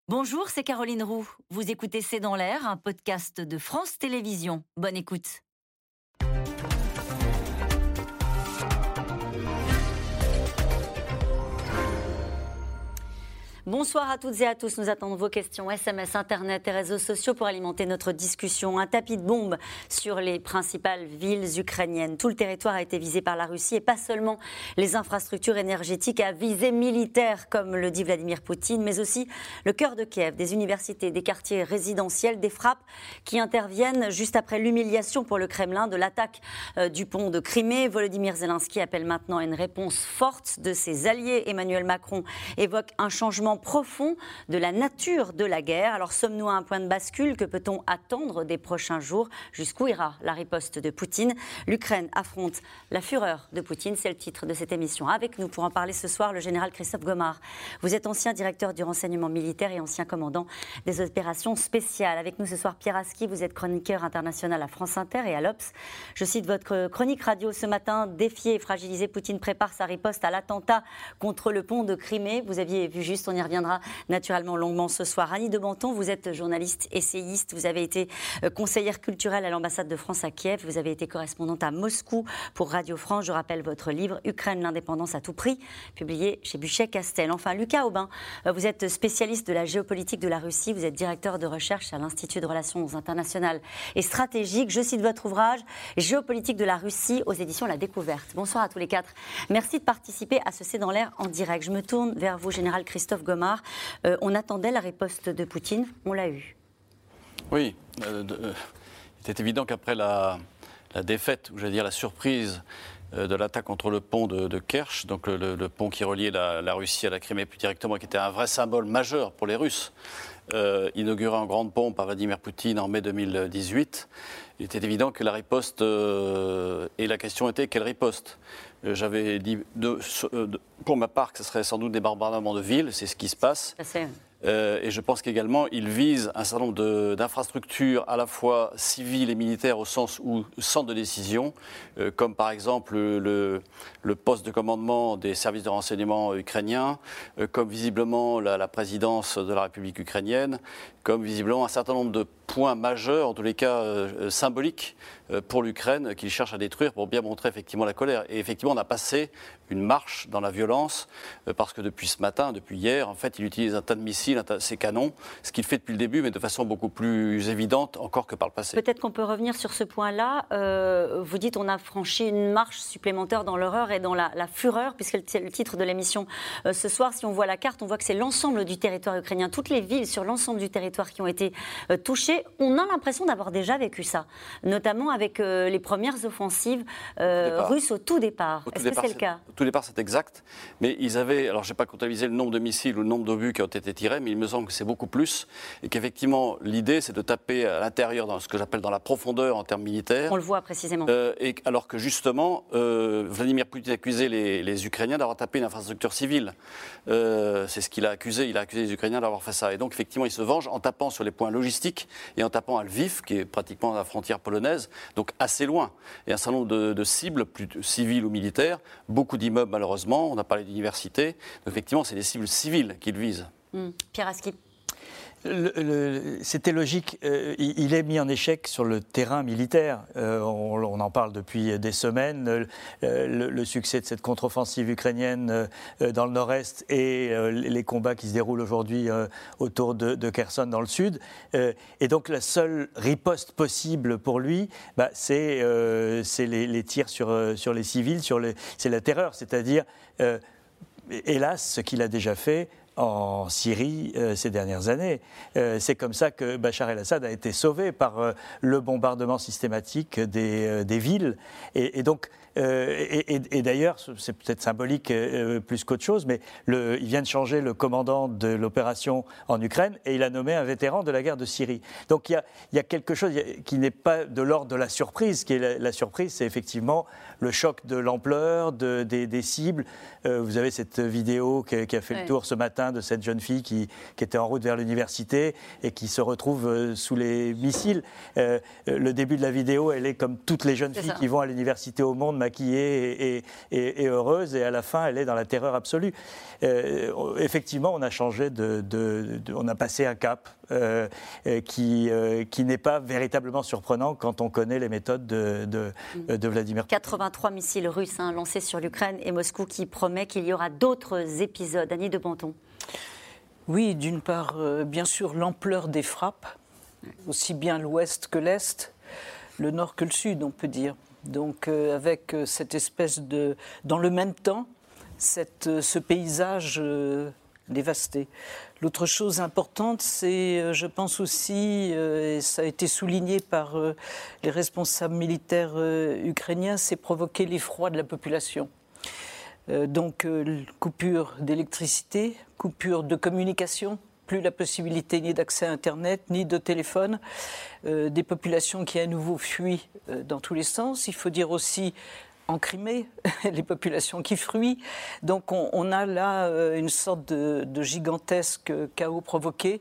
Bonjour, c'est Caroline Roux. Vous écoutez C'est dans l'air, un podcast de France Télévisions. Bonne écoute. Bonsoir à toutes et à tous. Nous attendons vos questions SMS, Internet et réseaux sociaux pour alimenter notre discussion. Un tapis de bombes sur les principales villes ukrainiennes. Tout le territoire a été visé par la Russie et pas seulement les infrastructures énergétiques à visée militaire, comme le dit Vladimir Poutine, mais aussi le cœur de Kiev, des universités, des quartiers résidentiels, des frappes qui interviennent juste après l'humiliation pour le Kremlin de l'attaque du pont de Crimée. Volodymyr Zelensky appelle maintenant à une réponse forte de ses alliés. Emmanuel Macron évoque un changement profond de la nature de la guerre. Alors sommes-nous à un point de bascule? Que peut-on attendre des prochains jours? Jusqu'où ira la riposte de Poutine? L'Ukraine affronte la fureur de Poutine, c'est le titre de cette émission. Avec nous pour en parler ce soir, le général Christophe Gomard. Vous êtes ancien directeur du renseignement militaire et ancien commandant des opérations spéciales. Avec nous ce soir, Pierre Aski, vous êtes chroniqueur international à France Inter et à l'Obs. Je cite votre chronique radio ce matin: défié et fragilisé, Poutine prépare sa riposte à l'attentat contre le pont de Crimée. Vous aviez vu juste, on y reviendra naturellement longuement ce soir. Annie de Menton, vous êtes journaliste, essayiste, vous avez été conseillère culturelle à l'ambassade de France à Kiev, vous avez été correspondante à Moscou pour Radio France. Je rappelle votre livre « Ukraine, l'indépendance à tout prix », publié chez Buchet-Castel. Enfin, Lucas Aubin, vous êtes spécialiste de la géopolitique de la Russie, vous êtes directeur de recherche à l'Institut de Relations internationales et stratégiques. Je cite votre ouvrage « Géopolitique de la Russie » aux éditions La Découverte. Bonsoir à tous les quatre. Merci de participer à ce C'est dans l'air en direct. Je me tourne vers vous, général Christophe Gomard. On attendait la riposte de Poutine, on l'a eu. Oui, il était évident qu'après la défaite, ou j'allais dire la surprise de l'attaque contre le pont de Kerch, donc le pont qui reliait la Russie à la Crimée plus directement, qui était un vrai symbole majeur pour les Russes, inauguré en grande pompe par Vladimir Poutine en mai 2018, il était évident que la riposte, et la question était quelle riposte? J'avais dit pour ma part que ce serait sans doute des bombardements de villes, c'est ce qui se passe. Et je pense qu'également, il vise un certain nombre d'infrastructures à la fois civiles et militaires au sens où centre de décision, comme par exemple le poste de commandement des services de renseignement ukrainiens, comme visiblement la présidence de la République ukrainienne, comme visiblement un certain nombre de points majeurs, en tous les cas symboliques, pour l'Ukraine, qu'il cherche à détruire pour bien montrer effectivement la colère. Et effectivement, on a passé une marche dans la violence, parce que depuis ce matin, depuis hier, en fait, il utilise un tas de missiles, ses canons, ce qu'il fait depuis le début, mais de façon beaucoup plus évidente encore que par le passé. Peut-être qu'on peut revenir sur ce point-là. Vous dites on a franchi une marche supplémentaire dans l'horreur et dans la fureur, puisque c'est le titre de l'émission ce soir. Si on voit la carte, on voit que c'est l'ensemble du territoire ukrainien, toutes les villes sur l'ensemble du territoire qui ont été touchées. On a l'impression d'avoir déjà vécu ça, notamment avec les premières offensives russes au tout départ. Est-ce que c'est le cas? Au tout départ, c'est exact. Mais ils avaient, alors je n'ai pas comptabilisé le nombre de missiles ou le nombre d'obus qui ont été tirés, mais il me semble que c'est beaucoup plus. Et qu'effectivement, l'idée, c'est de taper à l'intérieur, dans ce que j'appelle dans la profondeur en termes militaires. On le voit précisément. Et alors que justement, Vladimir Poutine accusait les Ukrainiens d'avoir tapé une infrastructure civile. C'est ce qu'il a accusé. Il a accusé les Ukrainiens d'avoir fait ça. Et donc, effectivement, il se venge en tapant sur les points logistiques et en tapant à Lviv, qui est pratiquement à la frontière polonaise, donc assez loin. Et un certain nombre de cibles, plus civiles ou militaires, beaucoup d'immeubles malheureusement, on a parlé d'universités, donc effectivement c'est des cibles civiles qu'il vise. Pierre Aski. C'était logique. Il est mis en échec sur le terrain militaire. On en parle depuis des semaines. Le succès de cette contre-offensive ukrainienne dans le nord-est et les combats qui se déroulent aujourd'hui autour de Kherson dans le sud. Et donc la seule riposte possible pour lui, c'est les tirs sur les civils, c'est la terreur. C'est-à-dire, hélas, ce qu'il a déjà fait en Syrie ces dernières années. C'est comme ça que Bachar el-Assad a été sauvé par le bombardement systématique des villes. Et donc, et d'ailleurs, c'est peut-être symbolique plus qu'autre chose, mais il vient de changer le commandant de l'opération en Ukraine et il a nommé un vétéran de la guerre de Syrie. Donc il y a quelque chose qui n'est pas de l'ordre de la surprise. Qui est la surprise, c'est effectivement le choc de l'ampleur des cibles. Vous avez cette vidéo qui a fait le tour ce matin destin de cette jeune fille qui était en route vers l'université et qui se retrouve sous les missiles. Le début de la vidéo, elle est comme toutes les jeunes filles qui vont à l'université au monde, maquillées et heureuses, et à la fin, elle est dans la terreur absolue. Effectivement, on a changé on a passé un cap qui n'est pas véritablement surprenant quand on connaît les méthodes de Vladimir Poutine. 83 missiles russes lancés sur l'Ukraine et Moscou qui promet qu'il y aura d'autres épisodes. Annie de Bonton. Oui, d'une part, bien sûr, l'ampleur des frappes, aussi bien l'ouest que l'est, le nord que le sud, on peut dire. Donc, avec cette espèce de... Dans le même temps, ce paysage dévasté. L'autre chose importante, c'est, je pense aussi, et ça a été souligné par les responsables militaires ukrainiens, c'est provoquer l'effroi de la population. Donc, coupure d'électricité, coupure de communication, plus la possibilité ni d'accès à Internet, ni de téléphone, des populations qui à nouveau fuient dans tous les sens. Il faut dire aussi en Crimée, les populations qui fuient. Donc on a là une sorte de gigantesque chaos provoqué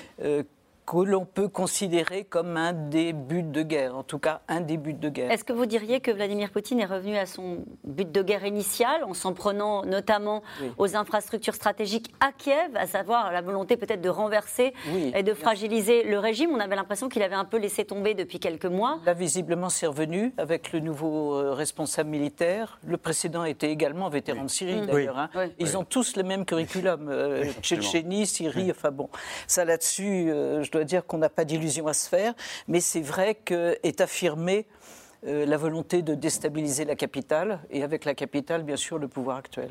que l'on peut considérer comme un début de guerre, en tout cas un début de guerre. Est-ce que vous diriez que Vladimir Poutine est revenu à son but de guerre initial, en s'en prenant notamment aux infrastructures stratégiques à Kiev, à savoir la volonté peut-être de renverser et de fragiliser le régime? On avait l'impression qu'il avait un peu laissé tomber depuis quelques mois. Là, visiblement, c'est revenu avec le nouveau responsable militaire. Le précédent était également vétéran de Syrie, d'ailleurs. Ils ont tous le même curriculum. Tchétchénie, Syrie, enfin bon. Ça, là-dessus, je dois dire qu'on n'a pas d'illusion à se faire, mais c'est vrai qu'est affirmée la volonté de déstabiliser la capitale, et avec la capitale, bien sûr, le pouvoir actuel.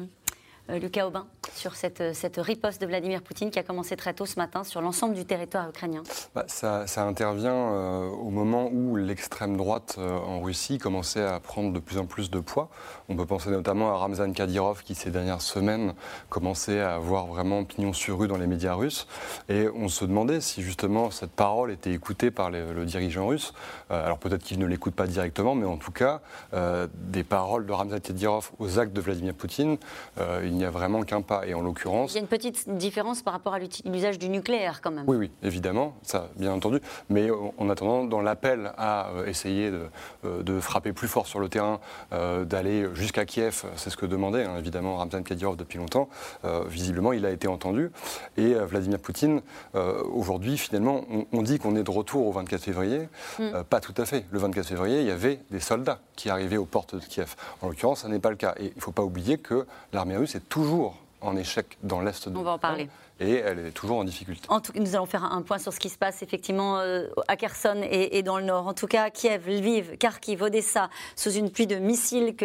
Lucas Aubin, sur cette riposte de Vladimir Poutine qui a commencé très tôt ce matin sur l'ensemble du territoire ukrainien. Ça intervient au moment où l'extrême droite en Russie commençait à prendre de plus en plus de poids. On peut penser notamment à Ramzan Kadyrov qui, ces dernières semaines, commençait à avoir vraiment pignon sur rue dans les médias russes. Et on se demandait si justement cette parole était écoutée par le dirigeant russe. Alors peut-être qu'il ne l'écoute pas directement, mais en tout cas, des paroles de Ramzan Kadyrov aux actes de Vladimir Poutine, il n'y a vraiment qu'un pas. Et en l'occurrence... Il y a une petite différence par rapport à l'usage du nucléaire, quand même. Oui, évidemment, ça, bien entendu. Mais en attendant, dans l'appel à essayer de frapper plus fort sur le terrain, d'aller jusqu'à Kiev, c'est ce que demandait évidemment Ramzan Kadyrov depuis longtemps, visiblement, il a été entendu. Et Vladimir Poutine, aujourd'hui, finalement, on dit qu'on est de retour au 24 février. Pas tout à fait. Le 24 février, il y avait des soldats qui arrivaient aux portes de Kiev. En l'occurrence, ça n'est pas le cas. Et il ne faut pas oublier que l'armée russe est toujours en échec dans l'est de l'Ukraine. On va en parler. Et elle est toujours en difficulté. En tout cas, nous allons faire un point sur ce qui se passe effectivement à Kherson et dans le nord. En tout cas, Kiev, Lviv, Kharkiv, Odessa, sous une pluie de missiles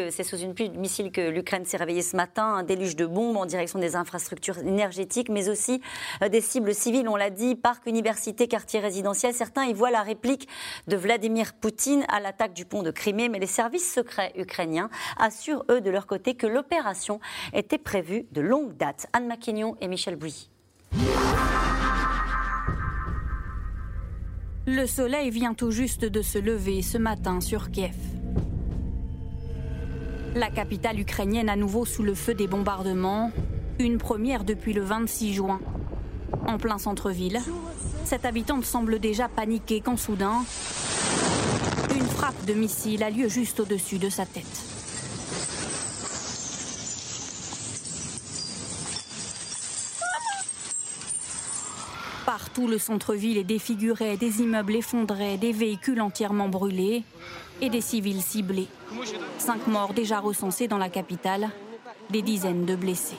que l'Ukraine s'est réveillée ce matin, un déluge de bombes en direction des infrastructures énergétiques, mais aussi des cibles civiles. On l'a dit, parcs, universités, quartiers résidentiels. Certains y voient la réplique de Vladimir Poutine à l'attaque du pont de Crimée, mais les services secrets ukrainiens assurent, eux, de leur côté, que l'opération était prévue de longue date. Anne Maquignon et Michel Bouilly. Le soleil vient tout juste de se lever ce matin sur Kiev. La capitale ukrainienne à nouveau sous le feu des bombardements, une première depuis le 26 juin. En plein centre-ville, cette habitante semble déjà paniquée quand soudain, une frappe de missile a lieu juste au-dessus de sa tête. Partout, le centre-ville est défiguré, des immeubles effondrés, des véhicules entièrement brûlés et des civils ciblés. 5 morts déjà recensés dans la capitale, des dizaines de blessés.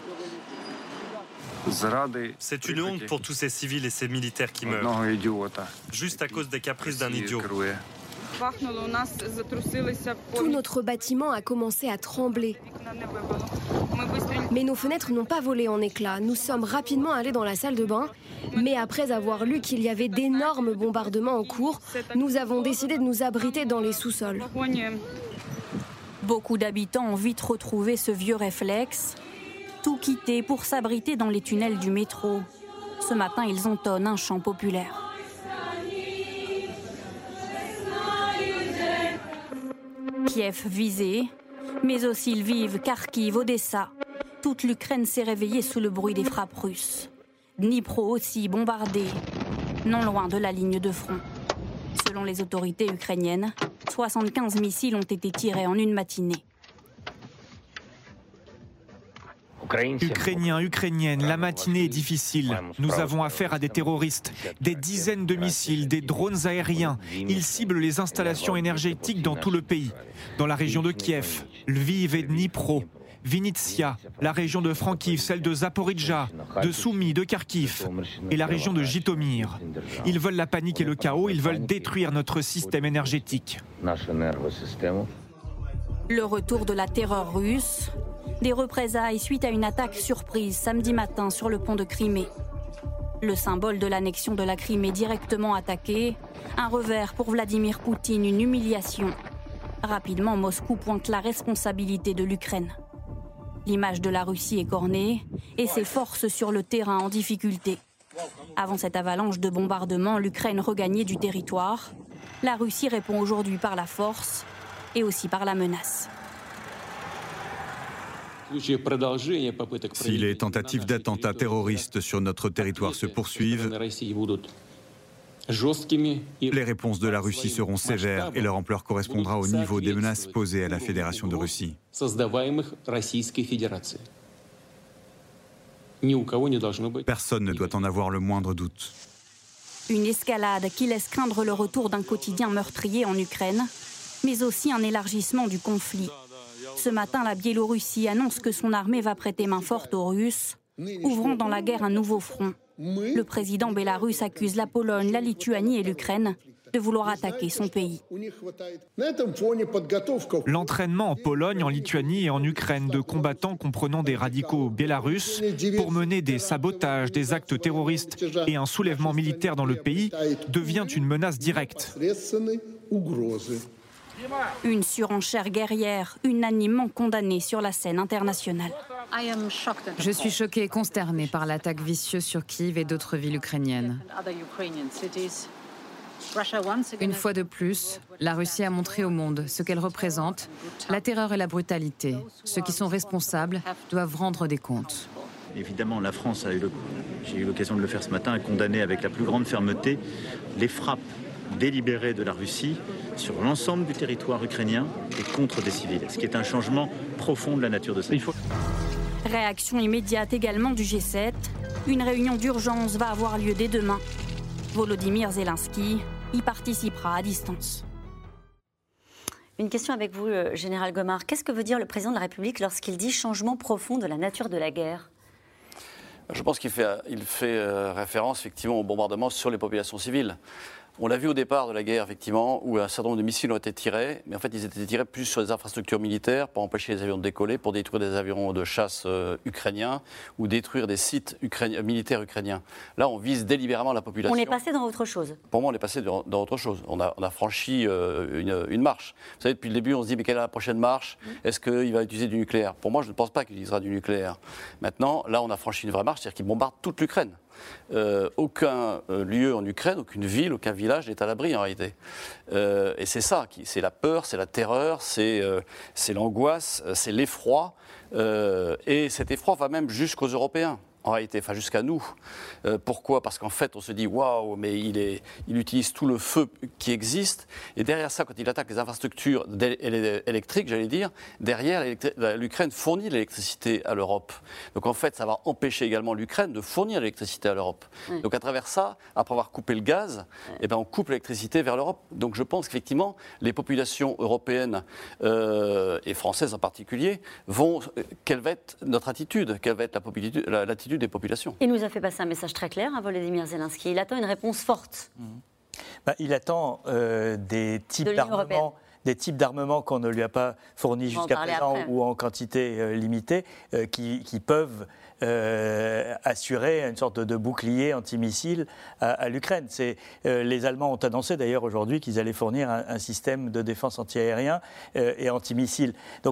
C'est une honte pour tous ces civils et ces militaires qui meurent, juste à cause des caprices d'un idiot. Tout notre bâtiment a commencé à trembler. Mais nos fenêtres n'ont pas volé en éclats. Nous sommes rapidement allés dans la salle de bain. Mais après avoir lu qu'il y avait d'énormes bombardements en cours, nous avons décidé de nous abriter dans les sous-sols. Beaucoup d'habitants ont vite retrouvé ce vieux réflexe. Tout quitter pour s'abriter dans les tunnels du métro. Ce matin, ils entonnent un chant populaire. Kiev visé, mais aussi Lviv, Kharkiv, Odessa. toute l'Ukraine s'est réveillée sous le bruit des frappes russes. Dnipro aussi bombardé, non loin de la ligne de front. Selon les autorités ukrainiennes, 75 missiles ont été tirés en une matinée. Ukrainiens, Ukrainiennes, la matinée est difficile. Nous avons affaire à des terroristes. Des dizaines de missiles, des drones aériens. Ils ciblent les installations énergétiques dans tout le pays. Dans la région de Kiev, Lviv et Dnipro, Vinnytsia, la région de Frankiv, celle de Zaporijja, de Soumy, de Kharkiv et la région de Jitomir. Ils veulent la panique et le chaos, ils veulent détruire notre système énergétique. Le retour de la terreur russe, des représailles suite à une attaque surprise samedi matin sur le pont de Crimée. Le symbole de l'annexion de la Crimée directement attaqué, un revers pour Vladimir Poutine, une humiliation. Rapidement, Moscou pointe la responsabilité de l'Ukraine. L'image de la Russie est cornée et ses forces sur le terrain en difficulté. Avant cette avalanche de bombardements, l'Ukraine regagnait du territoire. La Russie répond aujourd'hui par la force et aussi par la menace. Si les tentatives d'attentats terroristes sur notre territoire se poursuivent, les réponses de la Russie seront sévères et leur ampleur correspondra au niveau des menaces posées à la Fédération de Russie. Personne ne doit en avoir le moindre doute. Une escalade qui laisse craindre le retour d'un quotidien meurtrier en Ukraine, mais aussi un élargissement du conflit. Ce matin, la Biélorussie annonce que son armée va prêter main forte aux Russes, ouvrant dans la guerre un nouveau front. Le président bélarusse accuse la Pologne, la Lituanie et l'Ukraine de vouloir attaquer son pays. L'entraînement en Pologne, en Lituanie et en Ukraine de combattants comprenant des radicaux bélarusses pour mener des sabotages, des actes terroristes et un soulèvement militaire dans le pays devient une menace directe. Une surenchère guerrière unanimement condamnée sur la scène internationale. Je suis choquée et consternée par l'attaque vicieuse sur Kiev et d'autres villes ukrainiennes. Une fois de plus, la Russie a montré au monde ce qu'elle représente, la terreur et la brutalité. Ceux qui sont responsables doivent rendre des comptes. Évidemment, la France, j'ai eu l'occasion de le faire ce matin, a condamné avec la plus grande fermeté les frappes délibérées de la Russie sur l'ensemble du territoire ukrainien et contre des civils, ce qui est un changement profond de la nature de cette. Réaction immédiate également du G7. Une réunion d'urgence va avoir lieu dès demain. Volodymyr Zelensky y participera à distance. Une question avec vous, Général Gomard. Qu'est-ce que veut dire le président de la République lorsqu'il dit changement profond de la nature de la guerre ? Je pense qu'il fait référence effectivement au bombardement sur les populations civiles. On l'a vu au départ de la guerre, effectivement, où un certain nombre de missiles ont été tirés, mais en fait, ils étaient tirés plus sur les infrastructures militaires pour empêcher les avions de décoller, pour détruire des avions de chasse ukrainiens ou détruire des sites militaires ukrainiens. Là, on vise délibérément la population. On est passé dans autre chose. Pour moi, on est passé dans autre chose. On a franchi une marche. Vous savez, depuis le début, on se dit, mais quelle est la prochaine marche ? Est-ce qu'il va utiliser du nucléaire ? Pour moi, je ne pense pas qu'il utilisera du nucléaire. Maintenant, là, on a franchi une vraie marche, c'est-à-dire qu'il bombarde toute l'Ukraine. Aucun lieu en Ukraine, aucune ville, aucun village n'est à l'abri en réalité. Et c'est ça, c'est la peur, c'est la terreur, c'est l'angoisse, c'est l'effroi. Et cet effroi va même jusqu'aux Européens. En réalité, enfin jusqu'à nous. Pourquoi ? Parce qu'en fait, on se dit waouh, mais il utilise tout le feu qui existe. Et derrière ça, quand il attaque les infrastructures électriques, j'allais dire, derrière, l'Ukraine fournit l'électricité à l'Europe. Donc en fait, ça va empêcher également l'Ukraine de fournir l'électricité à l'Europe. Donc à travers ça, après avoir coupé le gaz, eh ben, on coupe l'électricité vers l'Europe. Donc je pense qu'effectivement, les populations européennes et françaises en particulier quelle va être notre attitude ? Quelle va être l'attitude des populations. Il nous a fait passer un message très clair à Volodymyr Zelensky. Il attend une réponse forte. Il attend des types d'armements qu'on ne lui a pas fournis jusqu'à présent ou en quantité limitée, qui peuvent assurer une sorte de bouclier antimissile à l'Ukraine. Les Allemands ont annoncé d'ailleurs aujourd'hui qu'ils allaient fournir un système de défense antiaérien et antimissile. Donc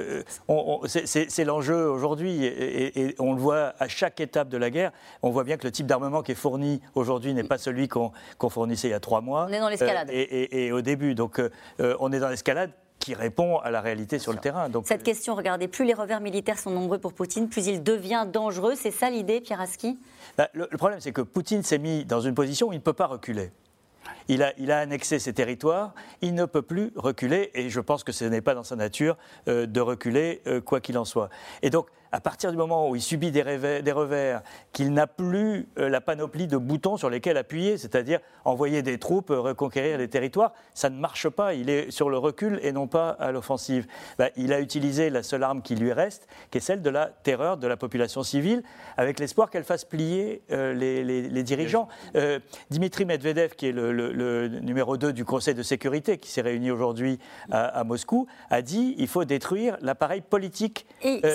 c'est l'enjeu aujourd'hui et on le voit à chaque étape de la guerre. On voit bien que le type d'armement qui est fourni aujourd'hui n'est pas celui qu'on fournissait il y a 3 mois. On est dans l'escalade. Et au début, donc on est dans l'escalade qui répond à la réalité sur le terrain. Donc, cette question, regardez, plus les revers militaires sont nombreux pour Poutine, plus il devient dangereux. C'est ça l'idée, Pierre Aski ? Le problème, c'est que Poutine s'est mis dans une position où il ne peut pas reculer. Il a annexé ses territoires, il ne peut plus reculer, et je pense que ce n'est pas dans sa nature de reculer, quoi qu'il en soit. Et donc, à partir du moment où il subit des revers, qu'il n'a plus la panoplie de boutons sur lesquels appuyer, c'est-à-dire envoyer des troupes, reconquérir les territoires, ça ne marche pas. Il est sur le recul et non pas à l'offensive. Il a utilisé la seule arme qui lui reste, qui est celle de la terreur de la population civile, avec l'espoir qu'elle fasse plier les dirigeants. Dimitri Medvedev, qui est le numéro 2 du Conseil de sécurité, qui s'est réuni aujourd'hui à Moscou, a dit qu'il faut détruire l'appareil politique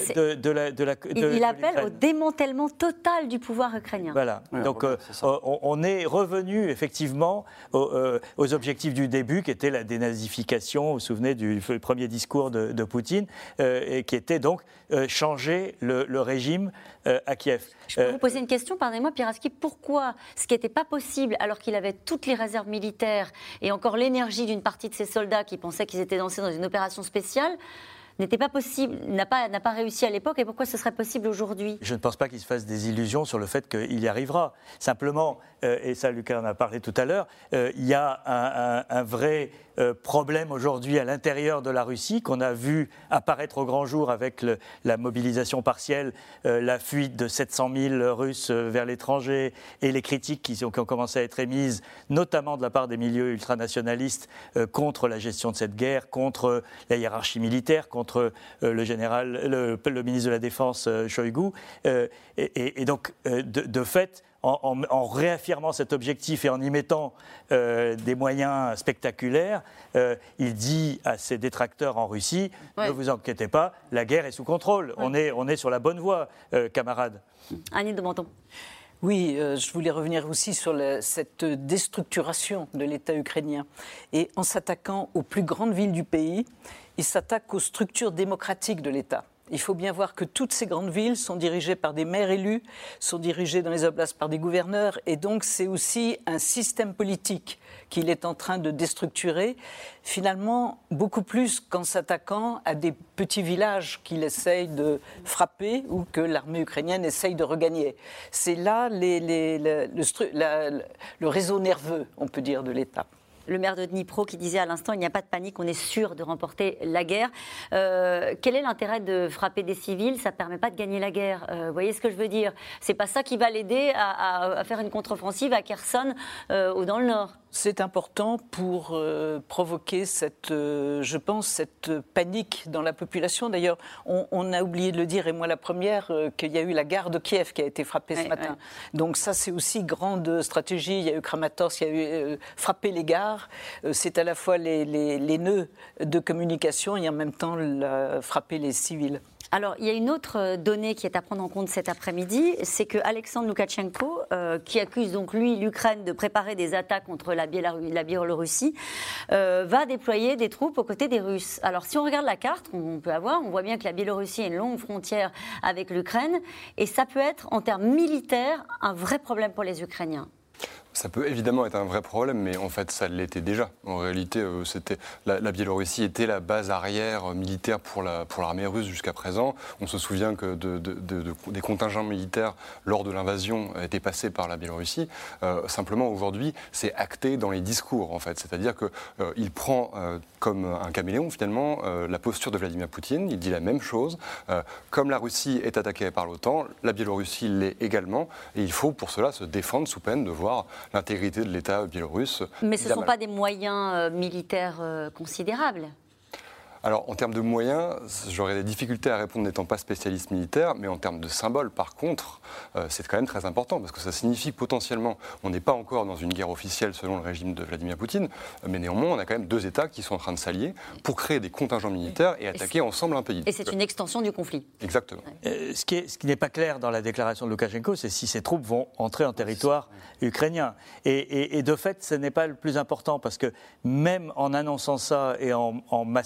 il appelle au démantèlement total du pouvoir ukrainien. Voilà. Donc on est revenu effectivement aux objectifs du début, qui était la dénazification, vous vous souvenez du premier discours de Poutine, et qui était donc changer le régime à Kiev. Je peux vous poser une question, pardonnez-moi Pierre Aski, pourquoi ce qui n'était pas possible alors qu'il avait toutes les réserves militaires et encore l'énergie d'une partie de ses soldats qui pensaient qu'ils étaient lancés dans une opération spéciale, n'était pas possible, n'a pas réussi à l'époque, et pourquoi ce serait possible aujourd'hui ? Je ne pense pas qu'il se fasse des illusions sur le fait qu'il y arrivera. Simplement, et ça Lucas en a parlé tout à l'heure, il y a un vrai problème aujourd'hui à l'intérieur de la Russie qu'on a vu apparaître au grand jour avec la mobilisation partielle, la fuite de 700 000 Russes vers l'étranger et les critiques qui ont commencé à être émises, notamment de la part des milieux ultranationalistes, contre la gestion de cette guerre, contre la hiérarchie militaire, contre le général, le ministre de la Défense Shoigu. Et donc, de fait, en réaffirmant cet objectif et en y mettant des moyens spectaculaires, il dit à ses détracteurs en Russie, ne vous inquiétez pas, la guerre est sous contrôle, on est sur la bonne voie, camarades. Annie de Menton. Oui, je voulais revenir aussi sur cette déstructuration de l'État ukrainien. Et en s'attaquant aux plus grandes villes du pays, il s'attaque aux structures démocratiques de l'État. Il faut bien voir que toutes ces grandes villes sont dirigées par des maires élus, sont dirigées dans les oblasts par des gouverneurs, et donc c'est aussi un système politique qu'il est en train de déstructurer, finalement beaucoup plus qu'en s'attaquant à des petits villages qu'il essaye de frapper ou que l'armée ukrainienne essaye de regagner. C'est là le réseau nerveux, on peut dire, de l'État. Le maire de Dnipro qui disait à l'instant, il n'y a pas de panique, on est sûr de remporter la guerre. Quel est l'intérêt de frapper des civils ? Ça ne permet pas de gagner la guerre. Vous voyez ce que je veux dire ? C'est pas ça qui va l'aider à faire une contre-offensive à Kherson ou dans le nord. C'est important pour provoquer je pense, cette panique dans la population. D'ailleurs, on a oublié de le dire, et moi la première, qu'il y a eu la gare de Kiev qui a été frappée ce matin. Donc ça, c'est aussi grande stratégie. Il y a eu Kramatorsk, il y a eu frapper les gares. C'est à la fois les nœuds de communication et en même temps frapper les civils. Alors, il y a une autre donnée qui est à prendre en compte cet après-midi, c'est que Alexandre Loukachenko, qui accuse donc lui l'Ukraine de préparer des attaques contre la Biélorussie, va déployer des troupes aux côtés des Russes. Alors, si on regarde la carte qu'on peut avoir, on voit bien que la Biélorussie a une longue frontière avec l'Ukraine, et ça peut être, en termes militaires, un vrai problème pour les Ukrainiens. Ça peut évidemment être un vrai problème, mais en fait, ça l'était déjà. En réalité, la Biélorussie était la base arrière militaire pour l'armée russe jusqu'à présent. On se souvient que des contingents militaires lors de l'invasion étaient passés par la Biélorussie. Simplement, aujourd'hui, c'est acté dans les discours, en fait. C'est-à-dire qu'il prend comme un caméléon, finalement, la posture de Vladimir Poutine. Il dit la même chose. Comme la Russie est attaquée par l'OTAN, la Biélorussie l'est également. Et il faut pour cela se défendre sous peine de voir l'intégrité de l'État biélorusse. Mais ce ne sont pas des moyens militaires considérables. Alors, en termes de moyens, j'aurais des difficultés à répondre n'étant pas spécialiste militaire, mais en termes de symboles, par contre, c'est quand même très important, parce que ça signifie potentiellement, on n'est pas encore dans une guerre officielle selon le régime de Vladimir Poutine, mais néanmoins, on a quand même deux États qui sont en train de s'allier pour créer des contingents militaires et attaquer ensemble un pays. Et c'est une extension du conflit. Exactement. Ce qui n'est pas clair dans la déclaration de Loukachenko, c'est si ces troupes vont entrer en territoire ukrainien. Et de fait, ce n'est pas le plus important, parce que même en annonçant ça et en massant des troupes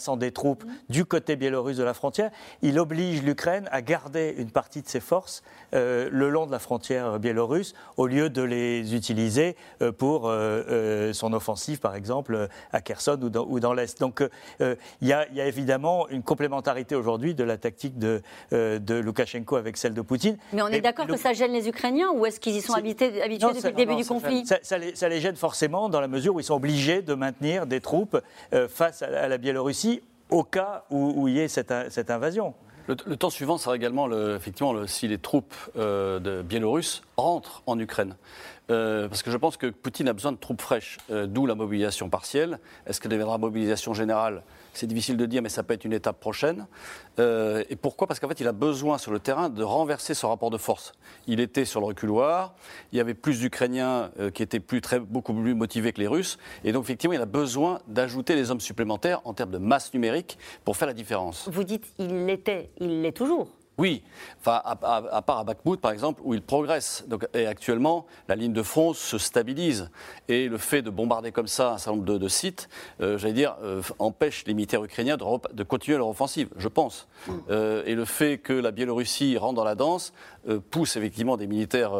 troupes du côté biélorusse de la frontière, il oblige l'Ukraine à garder une partie de ses forces le long de la frontière biélorusse, au lieu de les utiliser pour son offensive, par exemple, à Kherson ou dans l'Est. Donc il y a évidemment une complémentarité aujourd'hui de la tactique de Loukachenko avec celle de Poutine. Mais on est d'accord que ça gêne les Ukrainiens, ou est-ce qu'ils y sont habitués depuis le début du conflit? Ça les gêne forcément dans la mesure où ils sont obligés de maintenir des troupes face à la Biélorussie au cas où il y ait cette invasion. Le temps suivant sera également, effectivement, si les troupes de biélorusses rentrent en Ukraine. Parce que je pense que Poutine a besoin de troupes fraîches, d'où la mobilisation partielle. Est-ce qu'elle deviendra mobilisation générale? C'est difficile de dire, mais ça peut être une étape prochaine. Et pourquoi? Parce qu'en fait, il a besoin sur le terrain de renverser ce rapport de force. Il était sur le reculoir, il y avait plus d'Ukrainiens qui étaient beaucoup plus motivés que les Russes. Et donc, effectivement, il a besoin d'ajouter des hommes supplémentaires en termes de masse numérique pour faire la différence. Vous dites il l'est toujours. Oui, enfin, à part à Bakhmout, par exemple, où il progresse. Donc, et actuellement, la ligne de front se stabilise. Et le fait de bombarder comme ça un certain nombre de sites, empêche les militaires ukrainiens de continuer leur offensive, je pense. Et le fait que la Biélorussie rentre dans la danse pousse effectivement des militaires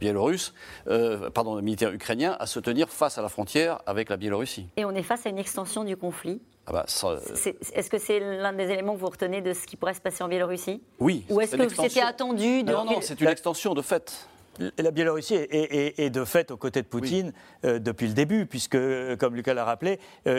des militaires ukrainiens à se tenir face à la frontière avec la Biélorussie. Et on est face à une extension du conflit. Est-ce que c'est l'un des éléments que vous retenez de ce qui pourrait se passer en Biélorussie? Oui. Ou est-ce que c'était attendu Non, c'est une extension de fait. La Biélorussie est de fait aux côtés de Poutine depuis le début, puisque, comme Lucas l'a rappelé,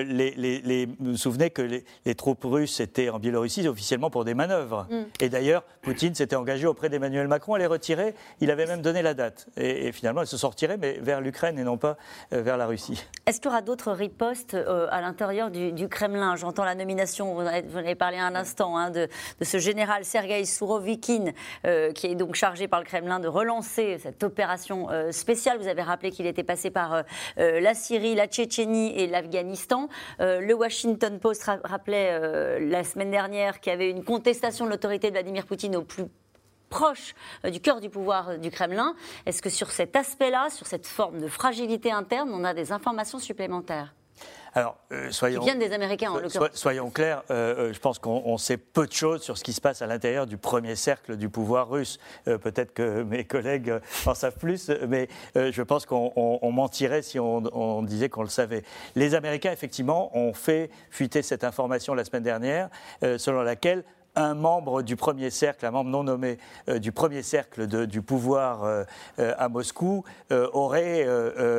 vous vous souvenez que les troupes russes étaient en Biélorussie officiellement pour des manœuvres. Et d'ailleurs, Poutine s'était engagé auprès d'Emmanuel Macron à les retirer. Il avait même donné la date. Et finalement, elles se sont retirées, mais vers l'Ukraine et non pas vers la Russie. Est-ce qu'il y aura d'autres ripostes à l'intérieur du Kremlin? J'entends la nomination, vous en avez parlé un instant, de ce général Sergueï Sourovikine, qui est donc chargé par le Kremlin de relancer cette opération spéciale. Vous avez rappelé qu'il était passé par la Syrie, la Tchétchénie et l'Afghanistan. Le Washington Post rappelait la semaine dernière qu'il y avait une contestation de l'autorité de Vladimir Poutine au plus proche du cœur du pouvoir du Kremlin. Est-ce que sur cet aspect-là, sur cette forme de fragilité interne, on a des informations supplémentaires? Alors, qui viennent des Américains, en l'occurrence. Soyons clairs, je pense qu'on sait peu de choses sur ce qui se passe à l'intérieur du premier cercle du pouvoir russe. Peut-être que mes collègues en savent plus, mais je pense qu'on mentirait si on disait qu'on le savait. Les Américains, effectivement, ont fait fuiter cette information la semaine dernière, selon laquelle un membre du premier cercle, un membre non nommé du premier cercle du pouvoir à Moscou aurait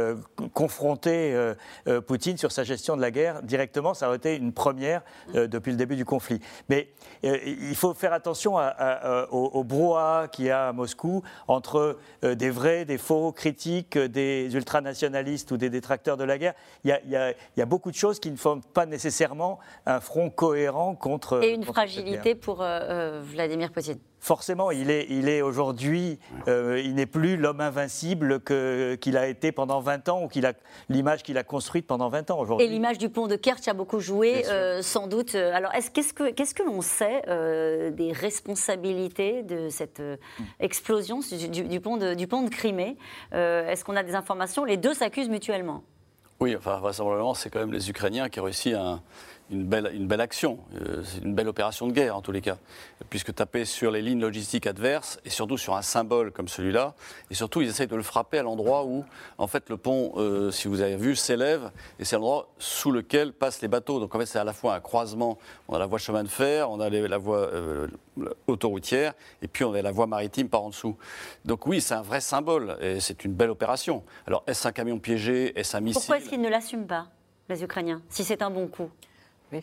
confronté Poutine sur sa gestion de la guerre directement. Ça aurait été une première depuis le début du conflit. Mais il faut faire attention au brouhaha qu'il y a à Moscou entre des vrais, des faux critiques, des ultranationalistes ou des détracteurs de la guerre. Il y a beaucoup de choses qui ne forment pas nécessairement un front cohérent contre... Et une fragilité pour Vladimir Poutine. Forcément, il est aujourd'hui, il n'est plus l'homme invincible qu'il a été pendant 20 ans ou l'image qu'il a construite pendant 20 ans aujourd'hui. Et l'image du pont de Kerch a beaucoup joué, sans doute. Alors, qu'est-ce que l'on sait des responsabilités de cette explosion du pont de Crimée? Est-ce qu'on a des informations? Les deux s'accusent mutuellement. Oui, enfin, vraisemblablement, c'est quand même les Ukrainiens qui ont réussi une belle action. C'est une belle opération de guerre, en tous les cas. Puisque taper sur les lignes logistiques adverses, et surtout sur un symbole comme celui-là, et surtout, ils essayent de le frapper à l'endroit où, en fait, le pont, si vous avez vu, s'élève, et c'est l'endroit sous lequel passent les bateaux. Donc, en fait, c'est à la fois un croisement. On a la voie chemin de fer, on a la voie autoroutière, et puis on a la voie maritime par en dessous. Donc, oui, c'est un vrai symbole, et c'est une belle opération. Alors, est-ce un camion piégé? Est-ce un missile? Pourquoi est-ce qu'ils ne l'assument pas, les Ukrainiens, si c'est un bon coup? Oui.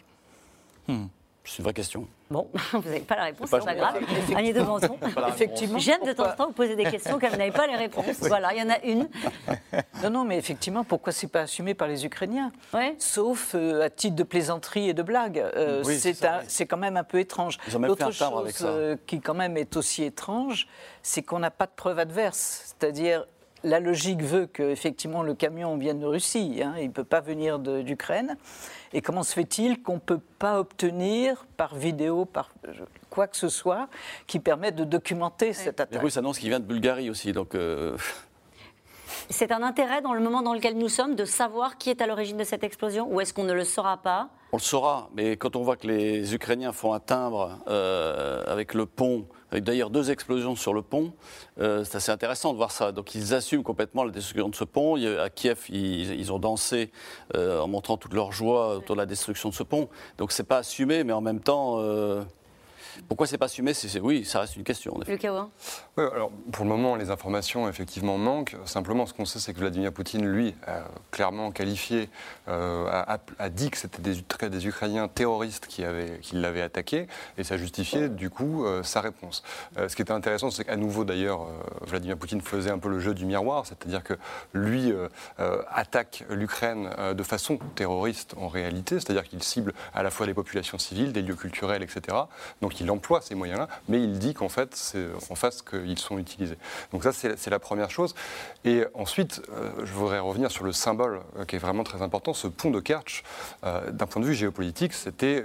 C'est une vraie question. Bon, vous n'avez pas la réponse, c'est pas grave. Agnès de Menton. Effectivement. J'aime de temps en temps vous poser des questions quand vous n'avez pas les réponses. Voilà, il y en a une. Non, mais effectivement, pourquoi c'est pas assumé par les Ukrainiens? Sauf à titre de plaisanterie et de blague. C'est quand même un peu étrange. L'autre chose qui quand même est aussi étrange, c'est qu'on n'a pas de preuve adverse. C'est-à-dire, la logique veut qu'effectivement le camion vienne de Russie, il ne peut pas venir d'Ukraine. Et comment se fait-il qu'on ne peut pas obtenir par vidéo, par quoi que ce soit, qui permette de documenter cette attaque? Les Russes annoncent qu'il vient de Bulgarie aussi, donc... C'est un intérêt dans le moment dans lequel nous sommes de savoir qui est à l'origine de cette explosion, ou est-ce qu'on ne le saura pas ? On le saura, mais quand on voit que les Ukrainiens font un timbre avec le pont, avec d'ailleurs 2 explosions sur le pont, c'est assez intéressant de voir ça. Donc ils assument complètement la destruction de ce pont. À Kiev, ils ont dansé en montrant toute leur joie autour de la destruction de ce pont. Donc c'est pas assumé, mais en même temps... Pourquoi c'est pas assumé ? Oui, ça reste une question. Lucas Ouin. Oui, alors pour le moment, les informations effectivement manquent. Simplement, ce qu'on sait, c'est que Vladimir Poutine, lui, a clairement qualifié, a dit que c'était des Ukrainiens terroristes qui l'avaient attaqué, et ça justifiait du coup sa réponse. Ce qui était intéressant, c'est qu'à nouveau d'ailleurs, Vladimir Poutine faisait un peu le jeu du miroir, c'est-à-dire que lui attaque l'Ukraine de façon terroriste en réalité, c'est-à-dire qu'il cible à la fois des populations civiles, des lieux culturels, etc. Donc il emploie ces moyens-là, mais il dit qu'en fait, c'est en face qu'ils sont utilisés. Donc ça, c'est la première chose. Et ensuite, je voudrais revenir sur le symbole qui est vraiment très important. Ce pont de Kertch, d'un point de vue géopolitique, c'était,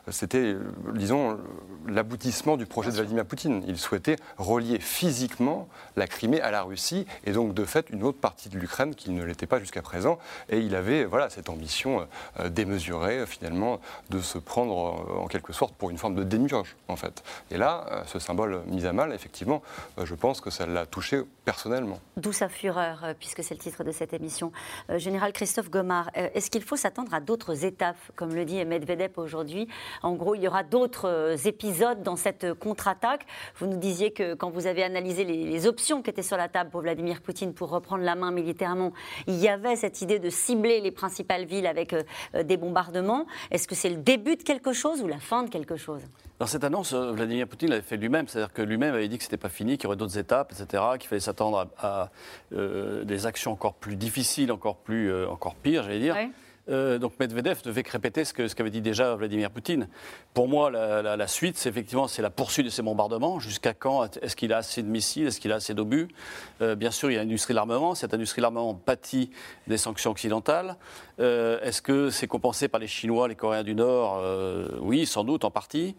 disons, l'aboutissement du projet de Vladimir Poutine. Il souhaitait relier physiquement la Crimée à la Russie, et donc de fait une autre partie de l'Ukraine qui ne l'était pas jusqu'à présent. Et il avait cette ambition démesurée, finalement, de se prendre en quelque sorte pour une forme de démiurge, en fait. Et là, ce symbole mis à mal, effectivement, je pense que ça l'a touché personnellement. D'où sa fureur, puisque c'est le titre de cette émission. Général Christophe Gomard, est-ce qu'il faut s'attendre à d'autres étapes, comme le dit Medvedev aujourd'hui ? En gros, il y aura d'autres épisodes dans cette contre-attaque. Vous nous disiez que quand vous avez analysé les options qui étaient sur la table pour Vladimir Poutine pour reprendre la main militairement, il y avait cette idée de cibler les principales villes avec des bombardements. Est-ce que c'est le début de quelque chose ou la fin de quelque chose ? Dans cette annonce, Vladimir Poutine l'avait fait lui-même, c'est-à-dire que lui-même avait dit que ce n'était pas fini, qu'il y aurait d'autres étapes, etc., qu'il fallait s'attendre à des actions encore plus difficiles, encore pires, j'allais dire. Oui. Donc Medvedev devait répéter ce qu'avait dit déjà Vladimir Poutine. Pour moi, la suite, c'est effectivement la poursuite de ces bombardements. Jusqu'à quand ? Est-ce qu'il a assez de missiles ? Est-ce qu'il a assez d'obus ? Bien sûr, il y a l'industrie de l'armement. Cette industrie de l'armement pâtit des sanctions occidentales. Est-ce que c'est compensé par les Chinois, les Coréens du Nord ? Oui, sans doute, en partie.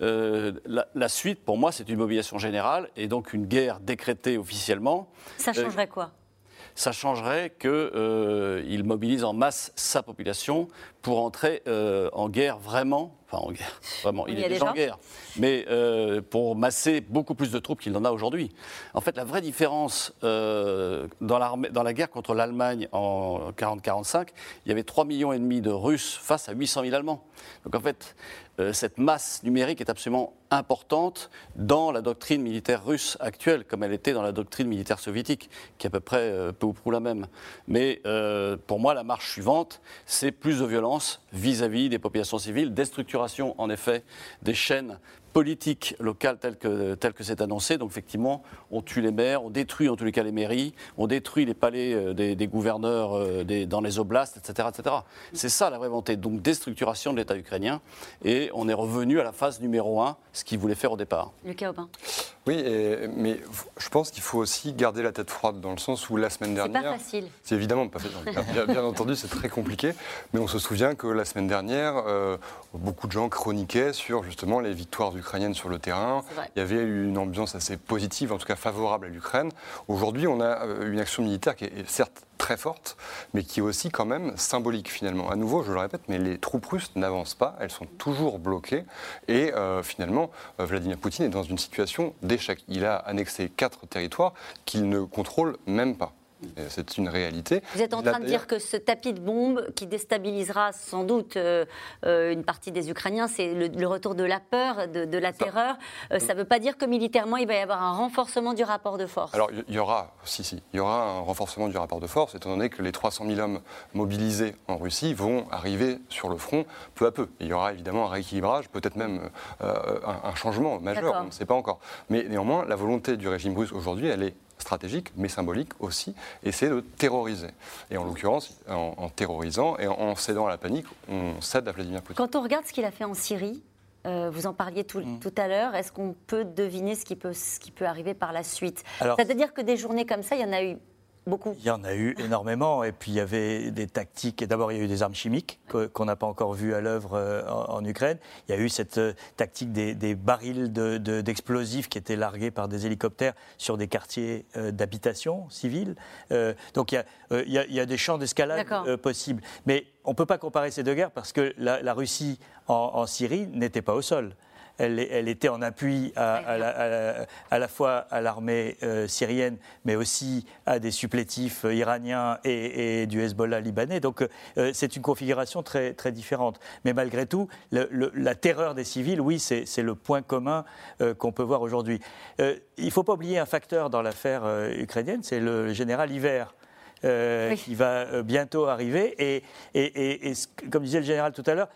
La suite, pour moi, c'est une mobilisation générale et donc une guerre décrétée officiellement. Ça changerait quoi ? Ça changerait qu'il mobilise en masse sa population pour entrer en guerre vraiment. Enfin, en guerre, vraiment, il est déjà en guerre. Mais pour masser beaucoup plus de troupes qu'il n'en a aujourd'hui. En fait, la vraie différence dans la guerre contre l'Allemagne en 40-45, il y avait 3,5 millions de Russes face à 800 000 Allemands. Donc en fait, cette masse numérique est absolument importante dans la doctrine militaire russe actuelle, comme elle était dans la doctrine militaire soviétique, qui est à peu près peu ou prou la même. Mais pour moi, la marche suivante, c'est plus de violence vis-à-vis des populations civiles, destructuration en effet des chaînes politique locale telle que c'est annoncé. Donc effectivement, on tue les maires, on détruit en tous les cas les mairies, on détruit les palais des gouverneurs dans les oblasts, etc., etc. C'est ça la vraie volonté. Donc déstructuration de l'État ukrainien. Et on est revenu à la phase numéro 1, ce qu'il voulait faire au départ. Lucas Aubin. Oui, mais je pense qu'il faut aussi garder la tête froide dans le sens où la semaine dernière... C'est pas facile. C'est évidemment pas facile. Bien entendu, c'est très compliqué. Mais on se souvient que la semaine dernière, beaucoup de gens chroniquaient sur justement les victoires ukrainiennes sur le terrain. Il y avait une ambiance assez positive, en tout cas favorable à l'Ukraine. Aujourd'hui, on a une action militaire qui est certes très forte, mais qui est aussi quand même symbolique finalement. À nouveau, je le répète, mais les troupes russes n'avancent pas, elles sont toujours bloquées. Et finalement, Vladimir Poutine est dans une situation d'échec. Il a annexé 4 territoires qu'il ne contrôle même pas. C'est une réalité. Vous êtes en train de dire que ce tapis de bombes qui déstabilisera sans doute une partie des Ukrainiens, c'est le retour de la peur, de la terreur. Ça ne veut pas dire que militairement, il va y avoir un renforcement du rapport de force. Alors, il y aura un renforcement du rapport de force, étant donné que les 300 000 hommes mobilisés en Russie vont arriver sur le front peu à peu. Il y aura évidemment un rééquilibrage, peut-être même un changement majeur, on ne sait pas encore. Mais néanmoins, la volonté du régime russe aujourd'hui, elle est stratégique, mais symbolique aussi, et c'est de terroriser. Et en l'occurrence, en terrorisant et en cédant à la panique, on cède à Vladimir Poutine. Quand on regarde ce qu'il a fait en Syrie, vous en parliez tout à l'heure, est-ce qu'on peut deviner ce qui peut arriver par la suite ? C'est-à-dire que des journées comme ça, il y en a eu beaucoup. Il y en a eu énormément, et puis il y avait des tactiques. D'abord, il y a eu des armes chimiques qu'on n'a pas encore vues à l'œuvre en Ukraine. Il y a eu cette tactique des barils d'explosifs qui étaient largués par des hélicoptères sur des quartiers d'habitation civile. Donc il y a des champs d'escalade possibles. Mais on ne peut pas comparer ces deux guerres parce que la Russie en Syrie n'était pas au sol. Elle était en appui à la fois à l'armée syrienne, mais aussi à des supplétifs iraniens et du Hezbollah libanais. Donc c'est une configuration très, très différente. Mais malgré tout, la terreur des civils, oui, c'est le point commun qu'on peut voir aujourd'hui. Il ne faut pas oublier un facteur dans l'affaire ukrainienne, c'est le général Iver. Qui va bientôt arriver. Et comme disait le général tout à l'heure,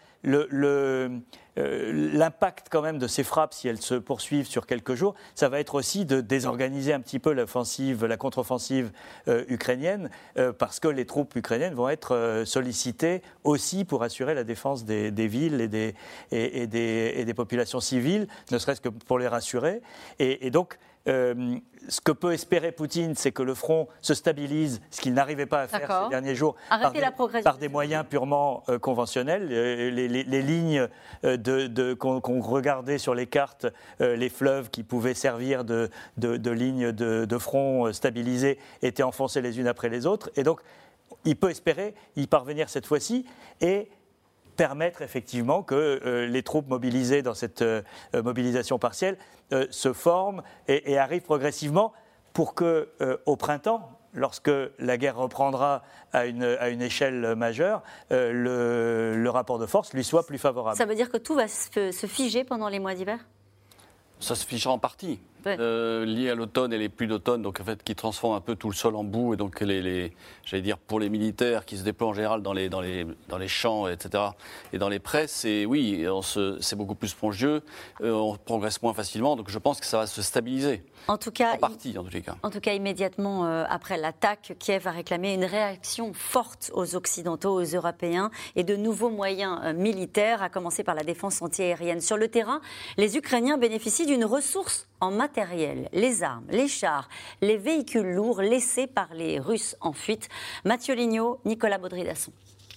l'impact quand même de ces frappes, si elles se poursuivent sur quelques jours, ça va être aussi de désorganiser un petit peu la contre-offensive ukrainienne, parce que les troupes ukrainiennes vont être sollicitées aussi pour assurer la défense des villes et des populations civiles, ne serait-ce que pour les rassurer. Et donc, ce que peut espérer Poutine, c'est que le front se stabilise, ce qu'il n'arrivait pas à faire ces derniers jours par des moyens purement conventionnels. Les lignes qu'on regardait sur les cartes, les fleuves qui pouvaient servir de lignes de front stabilisées étaient enfoncées les unes après les autres. Et donc, il peut espérer y parvenir cette fois-ci et permettre effectivement que les troupes mobilisées dans cette mobilisation partielle se forment et arrivent progressivement pour que, au printemps, lorsque la guerre reprendra à une échelle majeure, le rapport de force lui soit plus favorable. Ça veut dire que tout va se figer pendant les mois d'hiver ? Ça se figera en partie. Lié à l'automne et les pluies d'automne, donc en fait qui transforment un peu tout le sol en boue, et donc j'allais dire pour les militaires qui se déploient en général dans les champs, etc. et dans les prés, c'est beaucoup plus spongieux, on progresse moins facilement, donc je pense que ça va se stabiliser. En tout cas, en partie, en tous les cas. En tout cas, immédiatement après l'attaque, Kiev a réclamé une réaction forte aux Occidentaux, aux Européens, et de nouveaux moyens militaires, à commencer par la défense antiaérienne. Sur le terrain, les Ukrainiens bénéficient d'une ressource en matériel, les armes, les chars, les véhicules lourds laissés par les Russes en fuite. Mathieu Lignot, Nicolas Baudry-Dasson.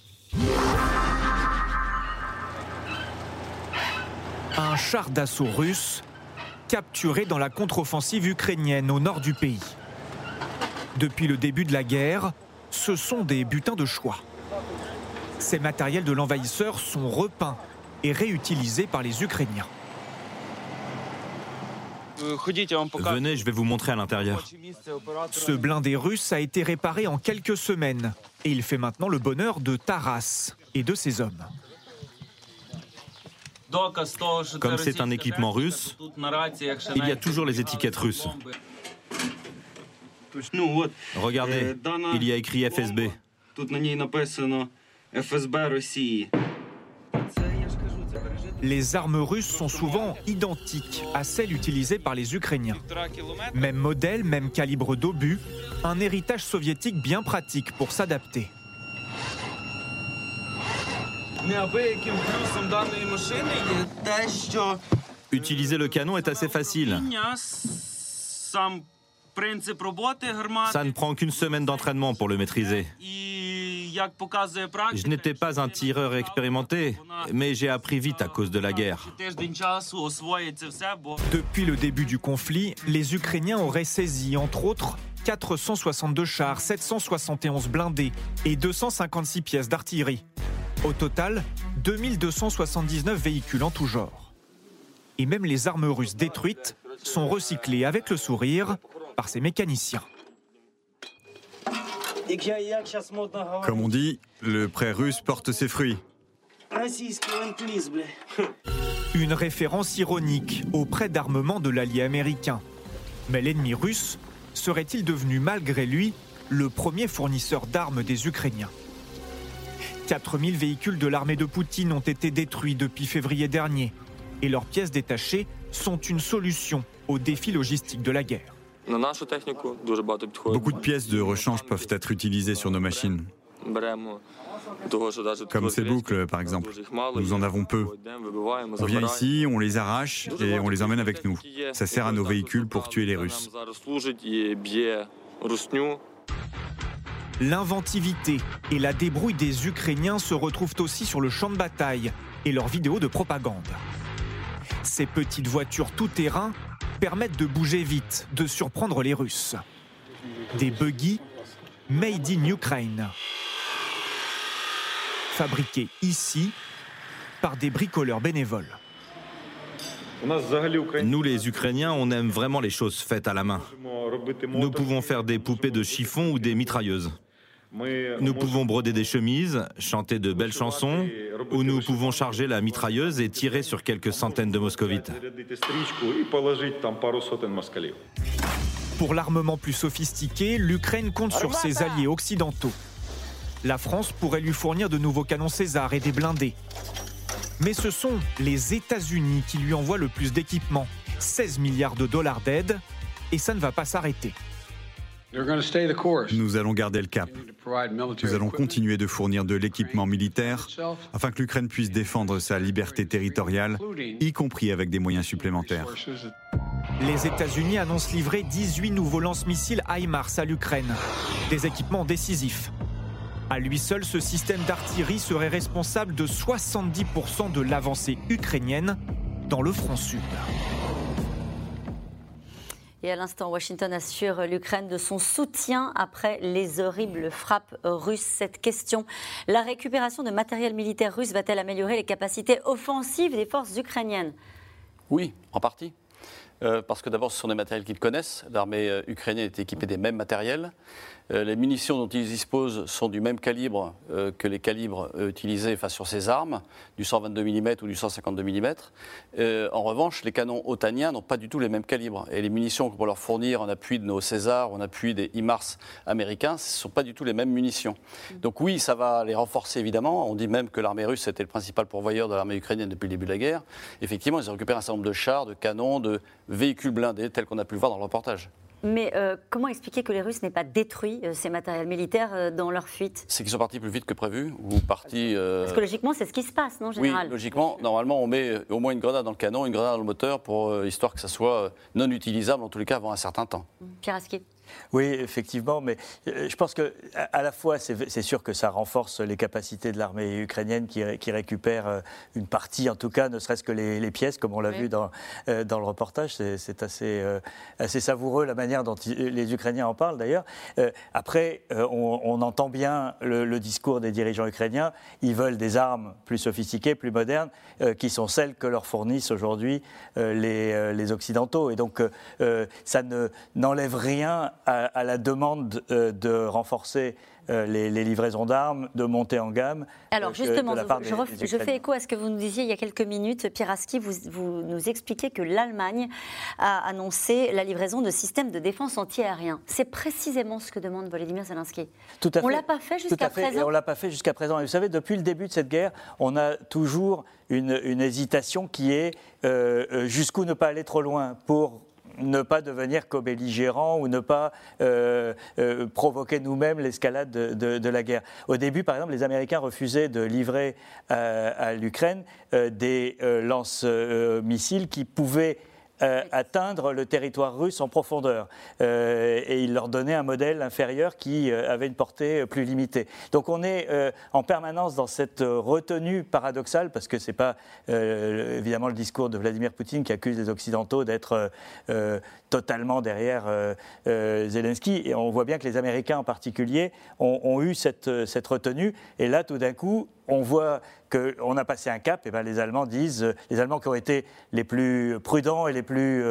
Un char d'assaut russe capturé dans la contre-offensive ukrainienne au nord du pays. Depuis le début de la guerre, ce sont des butins de choix. Ces matériels de l'envahisseur sont repeints et réutilisés par les Ukrainiens. Venez, je vais vous montrer à l'intérieur. Ce blindé russe a été réparé en quelques semaines et il fait maintenant le bonheur de Taras et de ses hommes. Comme c'est un équipement russe, il y a toujours les étiquettes russes. Regardez, il y a écrit FSB. Les armes russes sont souvent identiques à celles utilisées par les Ukrainiens. Même modèle, même calibre d'obus, un héritage soviétique bien pratique pour s'adapter. Utiliser le canon est assez facile. Ça ne prend qu'une semaine d'entraînement pour le maîtriser. Je n'étais pas un tireur expérimenté, mais j'ai appris vite à cause de la guerre. Depuis le début du conflit, les Ukrainiens auraient saisi, entre autres, 462 chars, 771 blindés et 256 pièces d'artillerie. Au total, 2279 véhicules en tout genre. Et même les armes russes détruites sont recyclées avec le sourire par ces mécaniciens. Comme on dit, le prêt russe porte ses fruits. Une référence ironique au prêt d'armement de l'allié américain. Mais l'ennemi russe serait-il devenu malgré lui le premier fournisseur d'armes des Ukrainiens ? 4000 véhicules de l'armée de Poutine ont été détruits depuis février dernier. Et leurs pièces détachées sont une solution au défi logistique de la guerre. Beaucoup de pièces de rechange peuvent être utilisées sur nos machines. Comme ces boucles, par exemple. Nous en avons peu. On vient ici, on les arrache et on les emmène avec nous. Ça sert à nos véhicules pour tuer les Russes. L'inventivité et la débrouille des Ukrainiens se retrouvent aussi sur le champ de bataille et leurs vidéos de propagande. Ces petites voitures tout-terrain permettent de bouger vite, de surprendre les Russes. Des buggy made in Ukraine, fabriqués ici par des bricoleurs bénévoles. Nous, les Ukrainiens, on aime vraiment les choses faites à la main. Nous pouvons faire des poupées de chiffon ou des mitrailleuses. Nous pouvons broder des chemises, chanter de belles chansons, ou nous pouvons charger la mitrailleuse et tirer sur quelques centaines de moscovites. Pour l'armement plus sophistiqué, l'Ukraine compte sur ses alliés occidentaux. La France pourrait lui fournir de nouveaux canons César et des blindés. Mais ce sont les États-Unis qui lui envoient le plus d'équipements, 16 milliards de dollars d'aide, et ça ne va pas s'arrêter. Nous allons garder le cap. Nous allons continuer de fournir de l'équipement militaire afin que l'Ukraine puisse défendre sa liberté territoriale, y compris avec des moyens supplémentaires. Les États-Unis annoncent livrer 18 nouveaux lance-missiles HIMARS à l'Ukraine, des équipements décisifs. À lui seul, ce système d'artillerie serait responsable de 70% de l'avancée ukrainienne dans le front sud. Et à l'instant, Washington assure l'Ukraine de son soutien après les horribles frappes russes. Cette question, la récupération de matériel militaire russe va-t-elle améliorer les capacités offensives des forces ukrainiennes ? Oui, en partie. Parce que d'abord, ce sont des matériels qu'ils connaissent. L'armée ukrainienne est équipée des mêmes matériels. Les munitions dont ils disposent sont du même calibre que les calibres utilisés sur ces armes, du 122 mm ou du 152 mm. En revanche, les canons otaniens n'ont pas du tout les mêmes calibres. Et les munitions qu'on peut leur fournir en appui de nos César, en appui des HIMARS américains, ce ne sont pas du tout les mêmes munitions. Donc oui, ça va les renforcer évidemment. On dit même que l'armée russe était le principal pourvoyeur de l'armée ukrainienne depuis le début de la guerre. Effectivement, ils ont récupéré un certain nombre de chars, de canons, de véhicules blindés, tels qu'on a pu le voir dans le reportage. Mais comment expliquer que les Russes n'aient pas détruit ces matériels militaires dans leur fuite ? C'est qu'ils sont partis plus vite que prévu ou partis... Parce que logiquement, c'est ce qui se passe, non, en général ? Oui, logiquement, normalement, on met au moins une grenade dans le canon, une grenade dans le moteur, histoire que ça soit non utilisable, en tous les cas, avant un certain temps. Pierre Aski. Oui, effectivement, mais je pense qu'à la fois, c'est sûr que ça renforce les capacités de l'armée ukrainienne qui récupère une partie, en tout cas, ne serait-ce que les pièces, comme on l'a vu dans le reportage. C'est assez savoureux la manière dont les Ukrainiens en parlent, d'ailleurs. Après, on entend bien le discours des dirigeants ukrainiens. Ils veulent des armes plus sophistiquées, plus modernes, qui sont celles que leur fournissent aujourd'hui les Occidentaux. Et donc, ça n'enlève rien à la demande de renforcer les livraisons d'armes, de monter en gamme. Alors justement, je fais écho à ce que vous nous disiez il y a quelques minutes. Pierre Aski, vous nous expliquez que l'Allemagne a annoncé la livraison de systèmes de défense anti-aérien. C'est précisément ce que demande Volodymyr Zelensky. Tout à fait. On ne l'a pas fait jusqu'à présent. Et on ne l'a pas fait jusqu'à présent. Et vous savez, depuis le début de cette guerre, on a toujours une hésitation qui est jusqu'où ne pas aller trop loin pour ne pas devenir co-belligérant ou ne pas provoquer nous-mêmes l'escalade de la guerre. Au début, par exemple, les Américains refusaient de livrer à l'Ukraine des lance-missiles qui pouvaient atteindre le territoire russe en profondeur. Et il leur donnait un modèle inférieur qui avait une portée plus limitée. Donc on est en permanence dans cette retenue paradoxale, parce que ce n'est pas évidemment le discours de Vladimir Poutine qui accuse les Occidentaux d'être totalement derrière Zelensky. Et on voit bien que les Américains en particulier ont eu cette retenue. Et là, tout d'un coup, on voit qu'on a passé un cap, et bien les Allemands disent, les Allemands qui ont été les plus prudents et les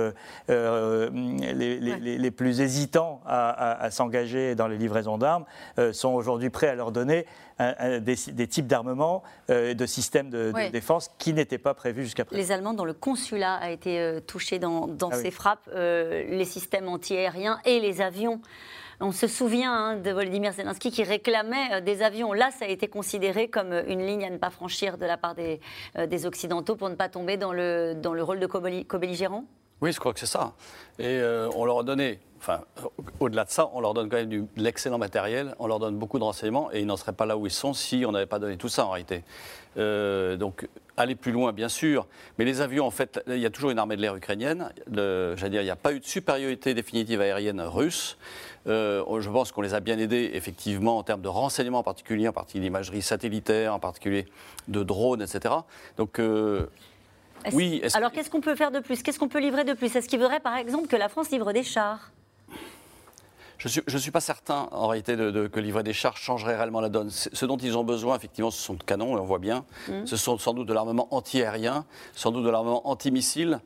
plus hésitants à s'engager dans les livraisons d'armes, sont aujourd'hui prêts à leur donner des types d'armements, de systèmes de défense qui n'étaient pas prévus jusqu'à présent. Les Allemands dont le consulat a été touché dans ces frappes, les systèmes anti-aériens et les avions. On se souvient de Volodymyr Zelensky qui réclamait des avions. Là, ça a été considéré comme une ligne à ne pas franchir de la part des Occidentaux pour ne pas tomber dans le rôle de co-belligérant. Oui, je crois que c'est ça. Et on leur a donné, au-delà de ça, on leur donne quand même de l'excellent matériel, on leur donne beaucoup de renseignements et ils n'en seraient pas là où ils sont si on n'avait pas donné tout ça en réalité. Donc, aller plus loin, bien sûr. Mais les avions, en fait, il y a toujours une armée de l'air ukrainienne. J'allais dire, il n'y a pas eu de supériorité définitive aérienne russe. Je pense qu'on les a bien aidés, effectivement, en termes de renseignements en particulier d'imagerie satellitaire, en particulier de drones, etc. Donc, oui. Alors, qu'est-ce qu'on peut faire de plus? Qu'est-ce qu'on peut livrer de plus? Est-ce qu'il faudrait, par exemple, que la France livre des chars? Je ne suis pas certain, en réalité, que livrer des chars changerait réellement la donne. Ce dont ils ont besoin, effectivement, ce sont de canons, et on voit bien. Ce sont sans doute de l'armement anti-aérien, sans doute de l'armement anti-missile.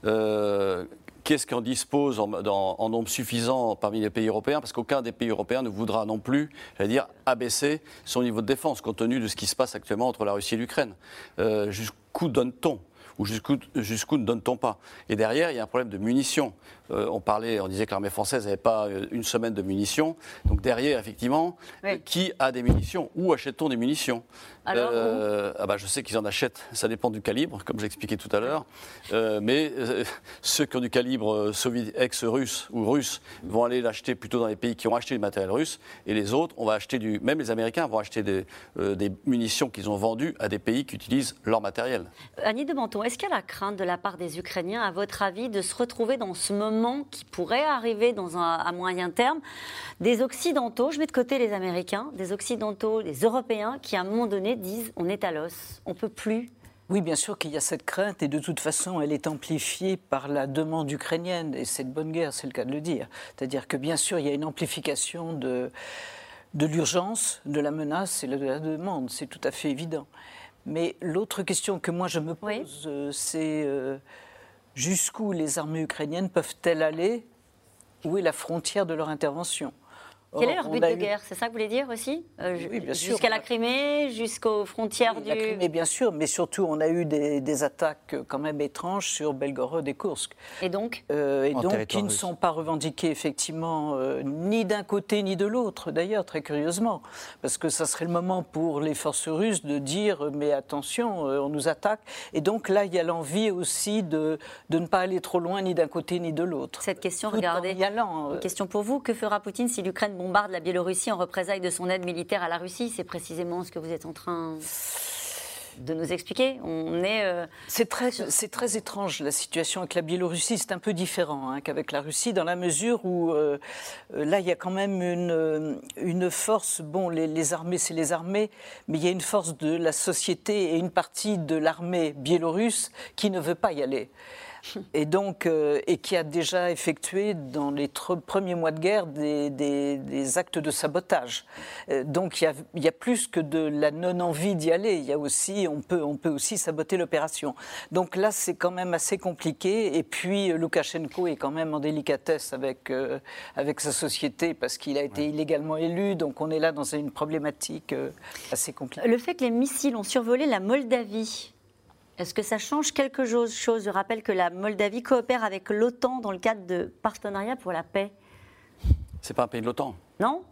Qu'est-ce qu'on dispose en nombre suffisant parmi les pays européens? Parce qu'aucun des pays européens ne voudra non plus, abaisser son niveau de défense, compte tenu de ce qui se passe actuellement entre la Russie et l'Ukraine. Jusqu'où donne-t-on? Ou jusqu'où ne donne-t-on pas? Et derrière, il y a un problème de munitions. On disait que l'armée française n'avait pas une semaine de munitions. Donc derrière, effectivement, qui a des munitions? Où achète-t-on des munitions? Alors, je sais qu'ils en achètent, ça dépend du calibre, comme j'expliquais tout à l'heure. Mais ceux qui ont du calibre ex-russe ou russe vont aller l'acheter plutôt dans les pays qui ont acheté du matériel russe. Et les autres, même les Américains vont acheter des munitions qu'ils ont vendues à des pays qui utilisent leur matériel. Annie de Menton, est-ce qu'il y a la crainte de la part des Ukrainiens, à votre avis, de se retrouver dans ce moment qui pourrait arriver à moyen terme, des Occidentaux, je mets de côté les Américains, des Occidentaux, des Européens, qui à un moment donné disent on est à l'os, on ne peut plus? Oui, bien sûr qu'il y a cette crainte et de toute façon, elle est amplifiée par la demande ukrainienne et c'est de bonne guerre, c'est le cas de le dire. C'est-à-dire que bien sûr, il y a une amplification de l'urgence, de la menace et de la demande, c'est tout à fait évident. Mais l'autre question que moi je me pose, c'est jusqu'où les armées ukrainiennes peuvent-elles aller? Où est la frontière de leur intervention? Quel est leur but de guerre? C'est ça que vous voulez dire aussi? Oui, bien sûr. Jusqu'à la Crimée, jusqu'aux frontières du... La Crimée, bien sûr, mais surtout, on a eu des attaques quand même étranges sur Belgorod et Koursk. Et donc qui ne sont pas revendiquées, effectivement, ni d'un côté ni de l'autre, d'ailleurs, très curieusement. Parce que ça serait le moment pour les forces russes de dire « mais attention, on nous attaque ». Et donc là, il y a l'envie aussi de ne pas aller trop loin, ni d'un côté ni de l'autre. Cette question, regardez, une question pour vous. Que fera Poutine si l'Ukraine bombarde la Biélorussie en représailles de son aide militaire à la Russie? C'est précisément ce que vous êtes en train de nous expliquer. C'est très étrange la situation avec la Biélorussie. C'est un peu différent qu'avec la Russie dans la mesure où là il y a quand même une force. Bon, les armées c'est les armées, mais il y a une force de la société et une partie de l'armée biélorusse qui ne veut pas y aller. Et donc, et qui a déjà effectué dans les premiers mois de guerre des actes de sabotage. Donc il y a plus que de la non-envie d'y aller. Il y a aussi, on peut aussi saboter l'opération. Donc là, c'est quand même assez compliqué. Et puis Loukachenko est quand même en délicatesse avec sa société parce qu'il a été illégalement élu. Donc on est là dans une problématique assez compliquée. Le fait que les missiles ont survolé la Moldavie, est-ce que ça change quelque chose? Je rappelle que la Moldavie coopère avec l'OTAN dans le cadre de partenariat pour la paix. C'est pas un pays de l'OTAN. Non.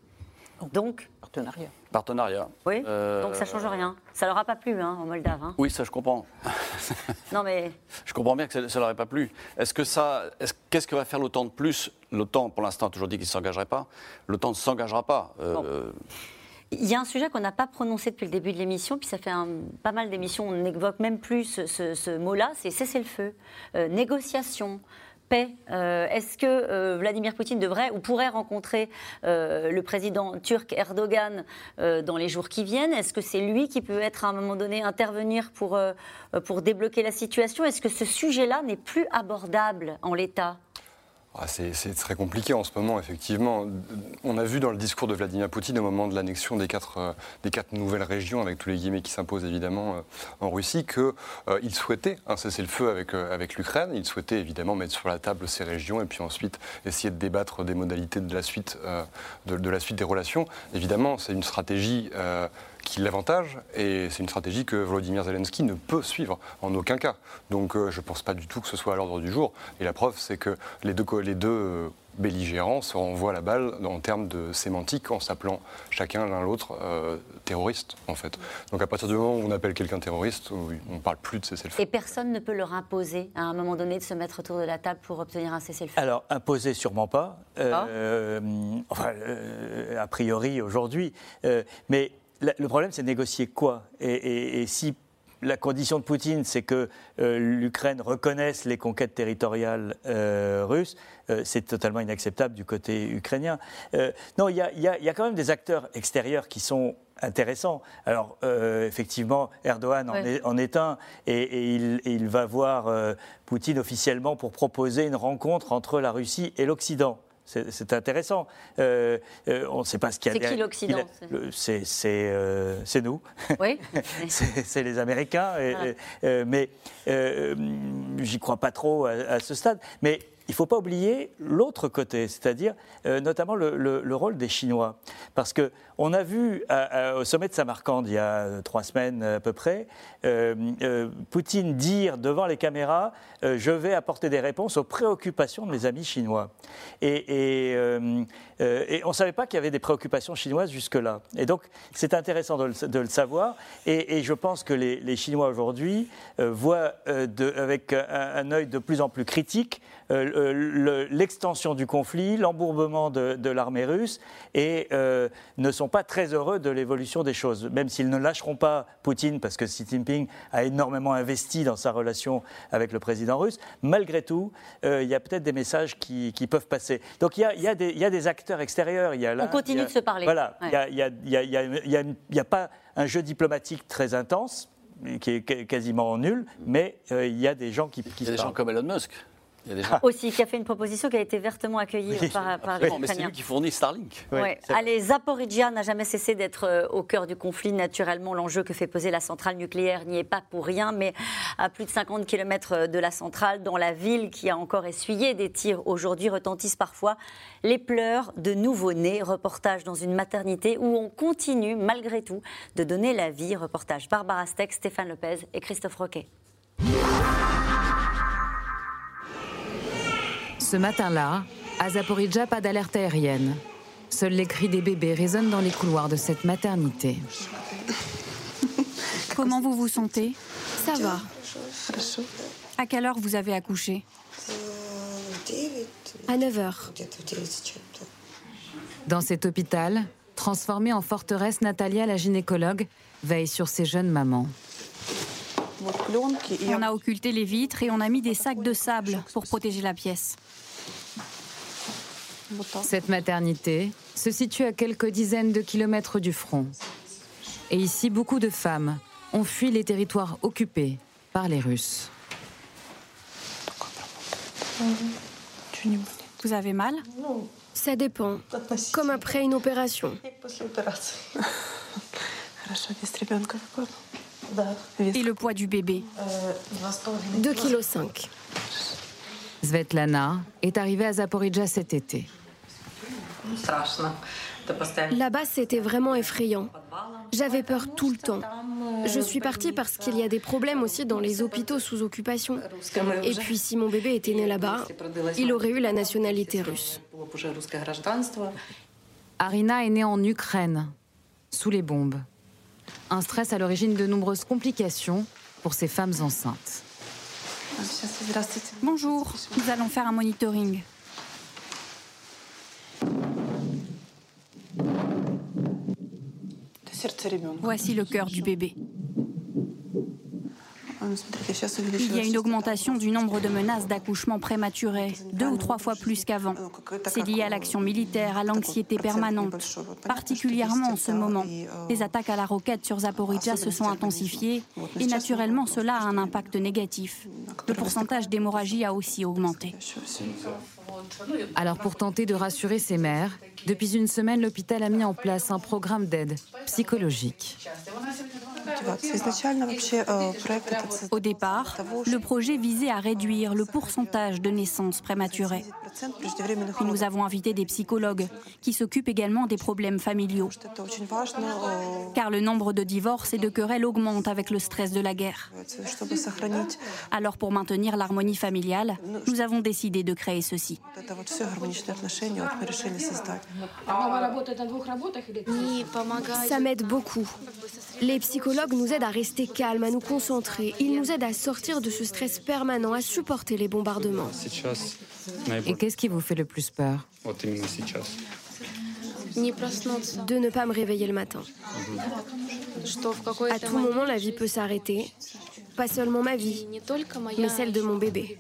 Donc Partenariat. Oui, donc ça ne change rien. Ça ne leur a pas plu, en Moldave. Oui, ça je comprends. Non mais... Je comprends bien que ça ne leur ait pas plu. Qu'est-ce que va faire l'OTAN de plus? L'OTAN, pour l'instant, a toujours dit qu'il ne s'engagerait pas. L'OTAN ne s'engagera pas. Il y a un sujet qu'on n'a pas prononcé depuis le début de l'émission, puis ça fait pas mal d'émissions, on n'évoque même plus ce mot-là, c'est cessez-le-feu, négociation, paix. Est-ce que Vladimir Poutine devrait ou pourrait rencontrer le président turc Erdogan dans les jours qui viennent? Est-ce que c'est lui qui peut être à un moment donné intervenir pour débloquer la situation? Est-ce que ce sujet-là n'est plus abordable en l'état? C'est très compliqué en ce moment, effectivement. On a vu dans le discours de Vladimir Poutine au moment de l'annexion des quatre nouvelles régions, avec tous les guillemets qui s'imposent évidemment en Russie, qu'il souhaitait un cessez-le-feu avec l'Ukraine. Il souhaitait évidemment mettre sur la table ces régions et puis ensuite essayer de débattre des modalités de la suite, de la suite des relations. Évidemment, c'est une stratégie qui l'avantage et c'est une stratégie que Volodymyr Zelensky ne peut suivre en aucun cas. Donc je ne pense pas du tout que ce soit à l'ordre du jour. Et la preuve, c'est que les deux belligérants se renvoient la balle en termes de sémantique en s'appelant chacun l'un l'autre terroriste, en fait. Donc à partir du moment où on appelle quelqu'un terroriste, on ne parle plus de cessez-le-feu. Et personne ne peut leur imposer, à un moment donné, de se mettre autour de la table pour obtenir un cessez-le-feu? Alors, imposer, sûrement pas. A priori, aujourd'hui. Mais le problème, c'est de négocier quoi? Et si la condition de Poutine, c'est que l'Ukraine reconnaisse les conquêtes territoriales russes. C'est totalement inacceptable du côté ukrainien. Non, il y a quand même des acteurs extérieurs qui sont intéressants. Alors, effectivement, Erdogan en est un, et il va voir Poutine officiellement pour proposer une rencontre entre la Russie et l'Occident. C'est intéressant. On ne sait pas ce qu'il y a derrière. C'est qui l'Occident? C'est nous. Oui. C'est les Américains. Mais j'y crois pas trop à ce stade. Mais il ne faut pas oublier l'autre côté, c'est-à-dire notamment le rôle des Chinois. Parce qu'on a vu au sommet de Samarcande, il y a 3 semaines à peu près, Poutine dire devant les caméras « Je vais apporter des réponses aux préoccupations de mes amis chinois ». Et on ne savait pas qu'il y avait des préoccupations chinoises jusque-là. Et donc, c'est intéressant de le savoir. Et je pense que les Chinois aujourd'hui voient avec un œil de plus en plus critique l'extension du conflit, l'embourbement de l'armée russe, et ne sont pas très heureux de l'évolution des choses, même s'ils ne lâcheront pas Poutine, parce que Xi Jinping a énormément investi dans sa relation avec le président russe. Malgré tout, il y a peut-être des messages qui peuvent passer. Donc il y a des acteurs extérieurs. On continue de se parler. Voilà, il n'y a pas un jeu diplomatique très intense, qui est quasiment nul, mais il y a des gens qui se parlent. Il y a des gens comme Elon Musk. Aussi, qui a fait une proposition qui a été vertement accueillie par les Ukrainiens. Mais c'est lui qui fournit Starlink. Ouais. Allez, Zaporijia n'a jamais cessé d'être au cœur du conflit. Naturellement, l'enjeu que fait poser la centrale nucléaire n'y est pas pour rien, mais à plus de 50 km de la centrale, dans la ville qui a encore essuyé des tirs aujourd'hui, retentissent parfois les pleurs de nouveau-nés. Reportage dans une maternité où on continue, malgré tout, de donner la vie. Reportage Barbara Steck, Stéphane Lopez et Christophe Roquet. Ce matin-là, à Zaporijia, pas d'alerte aérienne. Seuls les cris des bébés résonnent dans les couloirs de cette maternité. Comment vous vous sentez? Ça va. À quelle heure vous avez accouché? À 9h. Dans cet hôpital, transformé en forteresse, Natalia, la gynécologue, veille sur ces jeunes mamans. On a occulté les vitres et on a mis des sacs de sable pour protéger la pièce. Cette maternité se situe à quelques dizaines de kilomètres du front. Et ici, beaucoup de femmes ont fui les territoires occupés par les Russes. Vous avez mal? Ça dépend. Comme après une opération. Et le poids du bébé? 2,5 kg. Svetlana est arrivée à Zaporijia cet été. Là-bas, c'était vraiment effrayant. J'avais peur tout le temps. Je suis partie parce qu'il y a des problèmes aussi dans les hôpitaux sous occupation. Et puis, si mon bébé était né là-bas, il aurait eu la nationalité russe. Arina est née en Ukraine, sous les bombes. Un stress à l'origine de nombreuses complications pour ces femmes enceintes. Bonjour, nous allons faire un monitoring. Voici le cœur du bébé. Il y a une augmentation du nombre de menaces d'accouchement prématuré, 2 ou 3 fois plus qu'avant. C'est lié à l'action militaire, à l'anxiété permanente. Particulièrement en ce moment, les attaques à la roquette sur Zaporijia se sont intensifiées et naturellement cela a un impact négatif. Le pourcentage d'hémorragie a aussi augmenté. Alors pour tenter de rassurer ces mères, depuis une semaine, l'hôpital a mis en place un programme d'aide psychologique. Au départ, le projet visait à réduire le pourcentage de naissances prématurées. Puis nous avons invité des psychologues qui s'occupent également des problèmes familiaux. Car le nombre de divorces et de querelles augmente avec le stress de la guerre. Alors pour maintenir l'harmonie familiale, nous avons décidé de créer ceci. Ça m'aide beaucoup. Les psychologues nous aident à rester calmes, à nous concentrer. Ils nous aident à sortir de ce stress permanent, à supporter les bombardements. Et qu'est-ce qui vous fait le plus peur? de ne pas me réveiller le matin. À tout moment, la vie peut s'arrêter. Pas seulement ma vie, mais celle de mon bébé.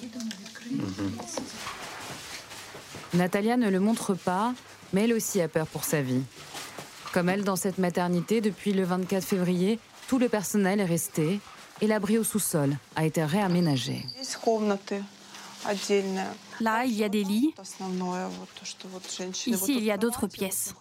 Natalia ne le montre pas, mais elle aussi a peur pour sa vie. Comme elle, dans cette maternité, depuis le 24 février, tout le personnel est resté et l'abri au sous-sol a été réaménagé. Là, il y a des lits. Ici, il y a d'autres pièces.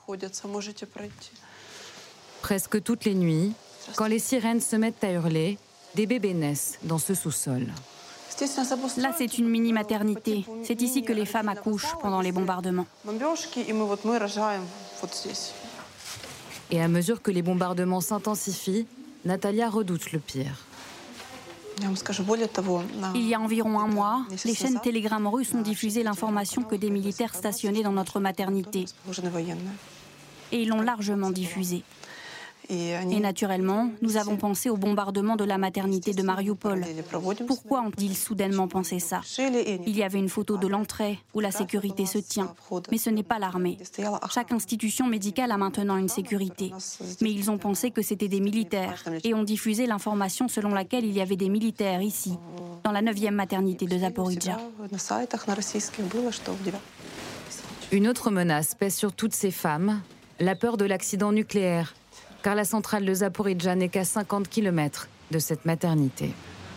Presque toutes les nuits, quand les sirènes se mettent à hurler, des bébés naissent dans ce sous-sol. Là, c'est une mini-maternité. C'est ici que les femmes accouchent pendant les bombardements. Et à mesure que les bombardements s'intensifient, Natalia redoute le pire. Il y a environ un mois, les chaînes Telegram russes ont diffusé l'information que des militaires stationnaient dans notre maternité. Et ils l'ont largement diffusée. Et naturellement, nous avons pensé au bombardement de la maternité de Mariupol. Pourquoi ont-ils soudainement pensé ça? Il y avait une photo de l'entrée où la sécurité se tient. Mais ce n'est pas l'armée. Chaque institution médicale a maintenant une sécurité. Mais ils ont pensé que c'était des militaires et ont diffusé l'information selon laquelle il y avait des militaires ici, dans la 9e maternité de Zaporijjia. Une autre menace pèse sur toutes ces femmes, la peur de l'accident nucléaire. Car la centrale de Zaporijjia n'est qu'à 50 km de cette maternité.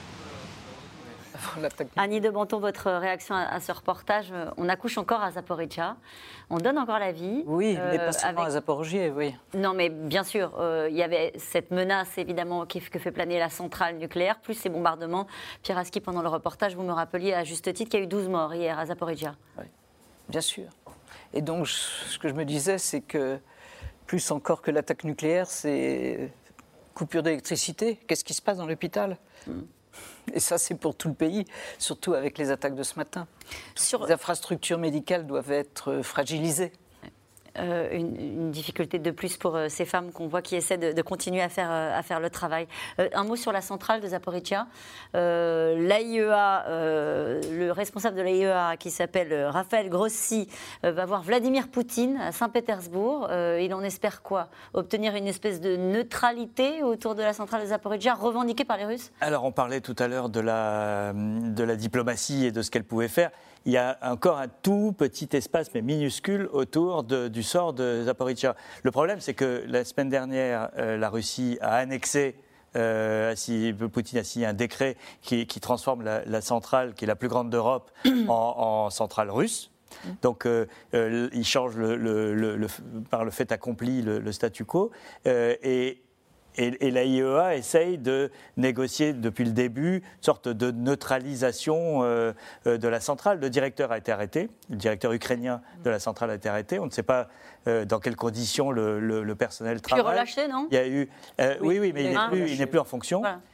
Annie de Banton, votre réaction à ce reportage, on accouche encore à Zaporijjia, on donne encore la vie. Oui, mais pas seulement à Zaporijjia, oui. Non, mais bien sûr, il y avait cette menace, évidemment, que fait planer la centrale nucléaire, plus ces bombardements. Pierre Aski, pendant le reportage, vous me rappeliez à juste titre qu'il y a eu 12 morts hier à Zaporijjia. Oui, bien sûr. Et donc, ce que je me disais, c'est que plus encore que l'attaque nucléaire, c'est coupure d'électricité. Qu'est-ce qui se passe dans l'hôpital? Et ça, c'est pour tout le pays, surtout avec les attaques de ce matin. Les infrastructures médicales doivent être fragilisées. Une difficulté de plus pour ces femmes qu'on voit qui essaient de continuer à faire le travail. Un mot sur la centrale de Zaporijjia. L'AIEA, le responsable de l'AIEA qui s'appelle Raphaël Grossi va voir Vladimir Poutine à Saint-Pétersbourg. Il en espère quoi? Obtenir une espèce de neutralité autour de la centrale de Zaporijjia revendiquée par les Russes? Alors on parlait tout à l'heure de la diplomatie et de ce qu'elle pouvait faire. Il y a encore un tout petit espace, mais minuscule, autour du sort de Zaporijjia. Le problème, c'est que la semaine dernière, la Russie a annexé, Poutine a signé un décret qui transforme la centrale, qui est la plus grande d'Europe, en centrale russe. Donc, il change par le fait accompli le statu quo. Et l'AIEA essaye de négocier depuis le début une sorte de neutralisation de la centrale. Le directeur a été arrêté, le directeur ukrainien de la centrale a été arrêté. On ne sait pas dans quelles conditions le personnel travaille. Puis relâché, non? Il y a eu, oui, mais il n'est plus en fonction. Voilà.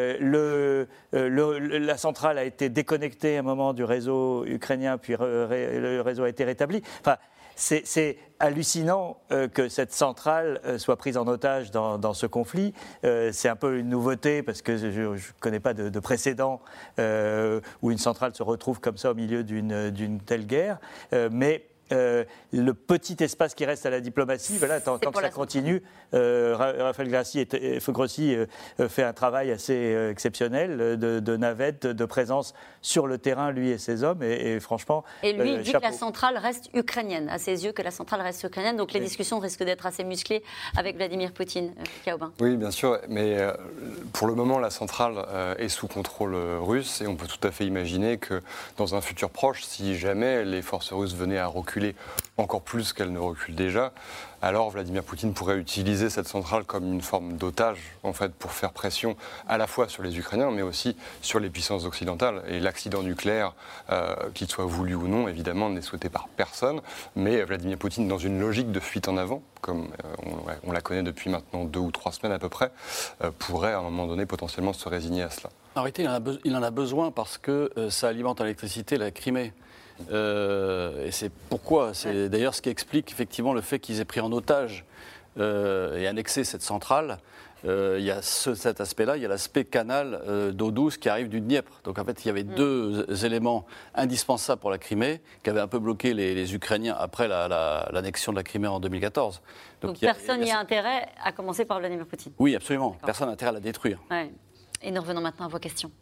La centrale a été déconnectée à un moment du réseau ukrainien, puis le réseau a été rétabli. Enfin, c'est hallucinant que cette centrale soit prise en otage dans ce conflit. C'est un peu une nouveauté parce que je ne connais pas de précédent où une centrale se retrouve comme ça au milieu d'une telle guerre. Mais le petit espace qui reste à la diplomatie, voilà, tant que ça continue, Raphaël Grossi fait un travail assez exceptionnel de navette, de présence sur le terrain, lui et ses hommes, et franchement... Et lui, il dit que la centrale reste ukrainienne, à ses yeux, que la centrale reste ukrainienne, donc les discussions risquent d'être assez musclées avec Vladimir Poutine. Kaoubin. Oui, bien sûr, mais pour le moment, la centrale est sous contrôle russe, et on peut tout à fait imaginer que dans un futur proche, si jamais les forces russes venaient à reculer encore plus qu'elle ne recule déjà, alors Vladimir Poutine pourrait utiliser cette centrale comme une forme d'otage, en fait, pour faire pression à la fois sur les Ukrainiens, mais aussi sur les puissances occidentales. Et l'accident nucléaire, qu'il soit voulu ou non, évidemment, n'est souhaité par personne, mais Vladimir Poutine, dans une logique de fuite en avant, comme on la connaît depuis maintenant 2 ou 3 semaines à peu près, pourrait à un moment donné potentiellement se résigner à cela. En réalité, il en a besoin parce que ça alimente en électricité la Crimée. Et c'est pourquoi, c'est d'ailleurs ce qui explique effectivement le fait qu'ils aient pris en otage et annexer cette centrale, il y a cet aspect-là, il y a l'aspect canal d'eau douce qui arrive du Dniepr. Donc en fait, il y avait deux éléments indispensables pour la Crimée qui avaient un peu bloqué les Ukrainiens après l'annexion de la Crimée en 2014. Donc personne n'y a intérêt, à commencer par Vladimir Poutine. Oui, absolument. Personne n'a intérêt à la détruire. Ouais. Et nous revenons maintenant à vos questions.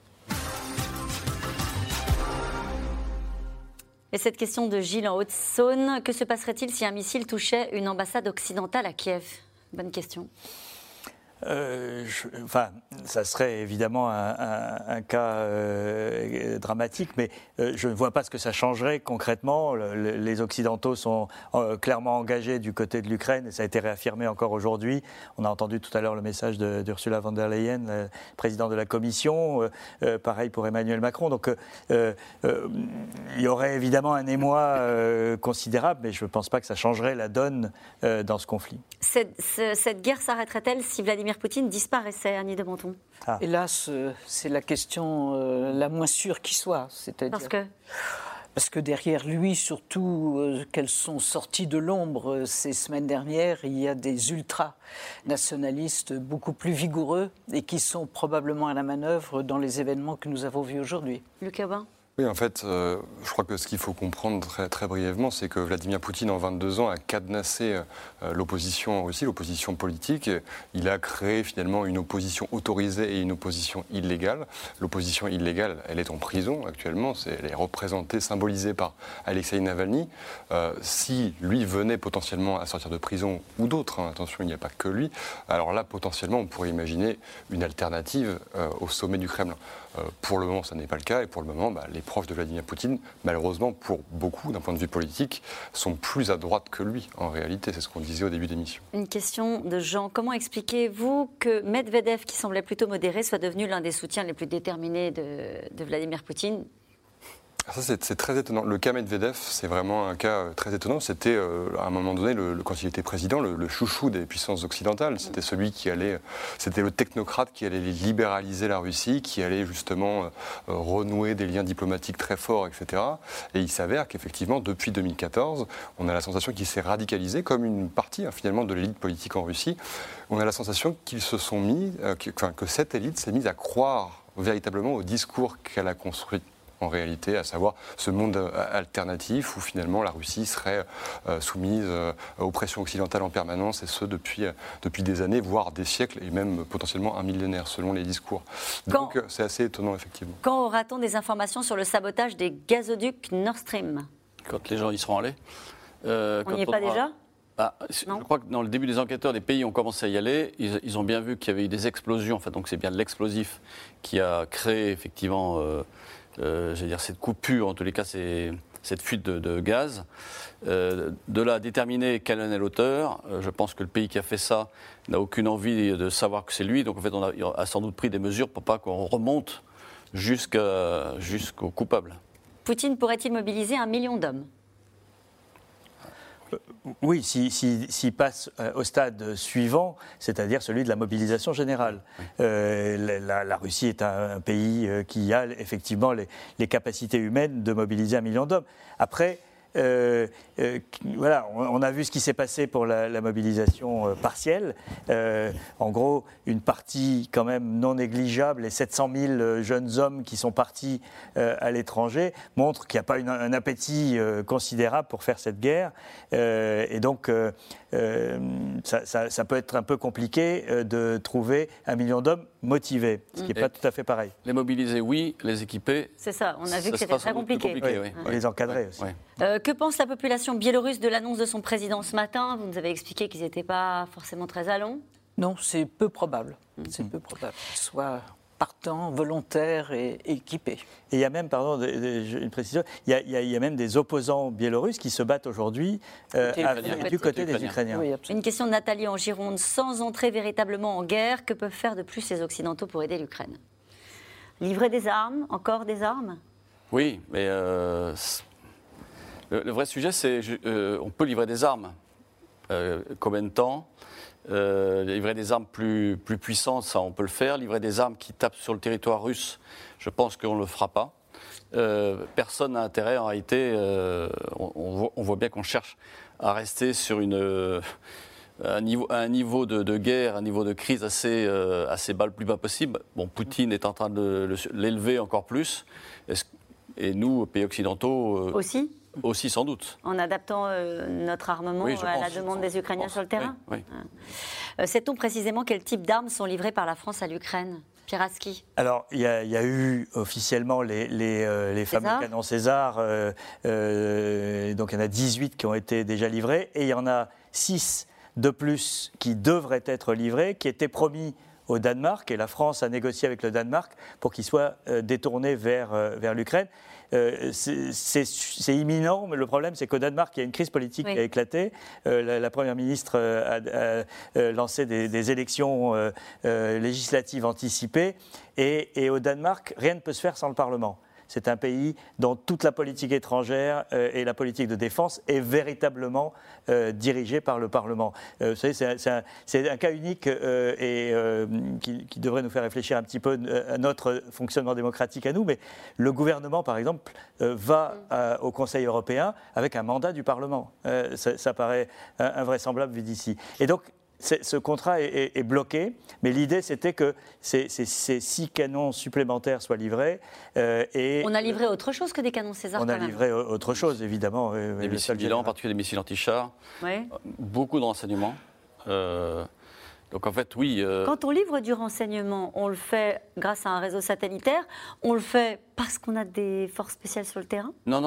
Et cette question de Gilles en Haute-Saône, que se passerait-il si un missile touchait une ambassade occidentale à Kiev? Bonne question. Ça serait évidemment un cas dramatique, mais je ne vois pas ce que ça changerait concrètement. Les Occidentaux sont clairement engagés du côté de l'Ukraine, et ça a été réaffirmé encore aujourd'hui. On a entendu tout à l'heure le message d'Ursula von der Leyen, présidente de la Commission, pareil pour Emmanuel Macron. Donc il y aurait évidemment un émoi considérable, mais je ne pense pas que ça changerait la donne dans ce conflit. Cette guerre s'arrêterait-elle si Vladimir Poutine disparaissait, Annie de Menton? Hélas, c'est la question la moins sûre qui soit. Parce que derrière lui, surtout, qu'elles sont sorties de l'ombre ces semaines dernières, il y a des ultra-nationalistes beaucoup plus vigoureux et qui sont probablement à la manœuvre dans les événements que nous avons vus aujourd'hui. Lucas Aubin? Oui, en fait, je crois que ce qu'il faut comprendre très, très brièvement, c'est que Vladimir Poutine, en 22 ans, a cadenassé l'opposition en Russie, l'opposition politique. Il a créé finalement une opposition autorisée et une opposition illégale. L'opposition illégale, elle est en prison actuellement. Elle est représentée, symbolisée par Alexei Navalny. Si lui venait potentiellement à sortir de prison, ou d'autres, attention, il n'y a pas que lui, alors là, potentiellement, on pourrait imaginer une alternative au sommet du Kremlin. Pour le moment, ça n'est pas le cas, et pour le moment, les proches de Vladimir Poutine, malheureusement, pour beaucoup, d'un point de vue politique, sont plus à droite que lui, en réalité. C'est ce qu'on disait au début d'émission. Une question de Jean. Comment expliquez-vous que Medvedev, qui semblait plutôt modéré, soit devenu l'un des soutiens les plus déterminés de Vladimir Poutine? Ça, c'est très étonnant. Le cas Medvedev, c'est vraiment un cas très étonnant. C'était, à un moment donné, quand il était président, le chouchou des puissances occidentales. C'était celui c'était le technocrate qui allait libéraliser la Russie, qui allait justement renouer des liens diplomatiques très forts, etc. Et il s'avère qu'effectivement, depuis 2014, on a la sensation qu'il s'est radicalisé comme une partie, finalement, de l'élite politique en Russie. On a la sensation qu'ils se sont mis, que cette élite s'est mise à croire véritablement au discours qu'elle a construit en réalité, à savoir ce monde alternatif où finalement la Russie serait soumise aux pressions occidentales en permanence, et ce depuis des années, voire des siècles, et même potentiellement un millénaire, selon les discours. Donc c'est assez étonnant, effectivement. Quand aura-t-on des informations sur le sabotage des gazoducs Nord Stream? Quand les gens y seront allés. On n'y est pas déjà? Je crois que dans le début des enquêteurs, des pays ont commencé à y aller. Ils ont bien vu qu'il y avait eu des explosions. Enfin, donc c'est bien l'explosif qui a créé effectivement cette coupure, en tous les cas, cette fuite de gaz. De là à déterminer quelle en est l'auteur, je pense que le pays qui a fait ça n'a aucune envie de savoir que c'est lui. Donc en fait, on a sans doute pris des mesures pour pas qu'on remonte jusqu'au coupable. Poutine pourrait-il mobiliser 1 million d'hommes? Oui, s'il passe au stade suivant, c'est-à-dire celui de la mobilisation générale. Oui. La Russie est un pays qui a effectivement les capacités humaines de mobiliser 1 million d'hommes. Après, voilà, on a vu ce qui s'est passé pour la mobilisation partielle. En gros, une partie quand même non négligeable, les 700 000 jeunes hommes qui sont partis à l'étranger, montrent qu'il n'y a pas un appétit considérable pour faire cette guerre. Et donc, ça peut être un peu compliqué de trouver 1 million d'hommes motivés, ce qui n'est pas tout à fait pareil. Les mobiliser, oui, les équiper. C'est ça, on a vu que c'était très compliqué. Oui. Et les encadrer aussi. Oui. Que pense la population biélorusse de l'annonce de son président ce matin? Vous nous avez expliqué qu'ils n'étaient pas forcément très allons. Non, c'est peu probable. C'est peu probable qu'ils soient partants, volontaires et équipés. Et il y a même, pardon, une précision, il y a même des opposants biélorusses qui se battent aujourd'hui du côté des Ukrainiens. Oui, une question de Nathalie en Gironde. Sans entrer véritablement en guerre, que peuvent faire de plus les Occidentaux pour aider l'Ukraine? Livrer des armes? Encore des armes? Oui, mais le vrai sujet, c'est on peut livrer des armes. Combien de temps? Livrer des armes plus puissantes, ça on peut le faire. Livrer des armes qui tapent sur le territoire russe, je pense qu'on ne le fera pas. Personne n'a intérêt, en réalité, on voit bien qu'on cherche à rester sur une un niveau de guerre, un niveau de crise assez bas, le plus bas possible. Bon, Poutine est en train de l'élever encore plus. Et nous, pays occidentaux... Aussi, sans doute. En adaptant notre armement à la demande des Ukrainiens sur le terrain. Oui. Sait-on précisément quel type d'armes sont livrées par la France à l'Ukraine ? Pierre Aski. Alors, il y a eu officiellement les fameux canons César. Donc, il y en a 18 qui ont été déjà livrés. Et il y en a 6 de plus qui devraient être livrés, qui étaient promis au Danemark. Et la France a négocié avec le Danemark pour qu'ils soient détournés vers l'Ukraine. C'est imminent, mais le problème, c'est qu'au Danemark, il y a une crise politique qui a éclaté. La Première ministre a lancé des élections législatives anticipées. Et au Danemark, rien ne peut se faire sans le Parlement. C'est un pays dont toute la politique étrangère et la politique de défense est véritablement dirigée par le Parlement. Vous savez, c'est un cas unique qui devrait nous faire réfléchir un petit peu à notre fonctionnement démocratique à nous. Mais le gouvernement, par exemple, va au Conseil européen avec un mandat du Parlement. Ça paraît invraisemblable vu d'ici. Et donc, ce contrat est bloqué, mais l'idée c'était que ces 6 canons supplémentaires soient livrés. On a livré autre chose que des canons César. On a livré autre chose, évidemment. Des missiles Milan, en particulier des missiles anti-chars. Oui. Beaucoup de renseignements. Donc en fait, oui. Quand on livre du renseignement, on le fait grâce à un réseau satellitaire, on le fait parce qu'on a des forces spéciales sur le terrain ? Non.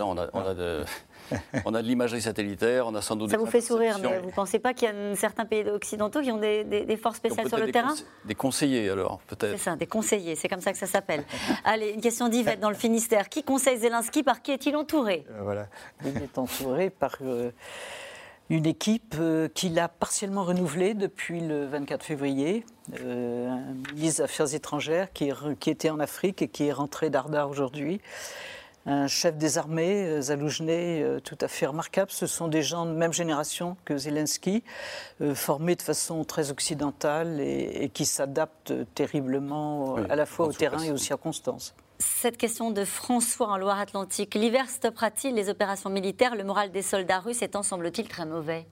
On a de l'imagerie satellitaire, on a sans doute... Ça vous fait sourire, mais vous ne pensez pas qu'il y a certains pays occidentaux qui ont des forces spéciales sur le terrain ? Des conseillers, alors, peut-être. C'est ça, des conseillers, c'est comme ça que ça s'appelle. Allez, une question d'Yvette dans le Finistère. Qui conseille Zelensky ? Par qui est-il entouré ? Voilà. Il est entouré par une équipe qu'il a partiellement renouvelée depuis le 24 février. Un ministre des Affaires étrangères qui était en Afrique et qui est rentré d'Ardar aujourd'hui. Un chef des armées, Zaloujny, tout à fait remarquable. Ce sont des gens de même génération que Zelensky, formés de façon très occidentale et qui s'adaptent terriblement à la fois au terrain et aux circonstances. Cette question de François en Loire-Atlantique. L'hiver stoppera-t-il les opérations militaires ? Le moral des soldats russes étant, semble-t-il, très mauvais.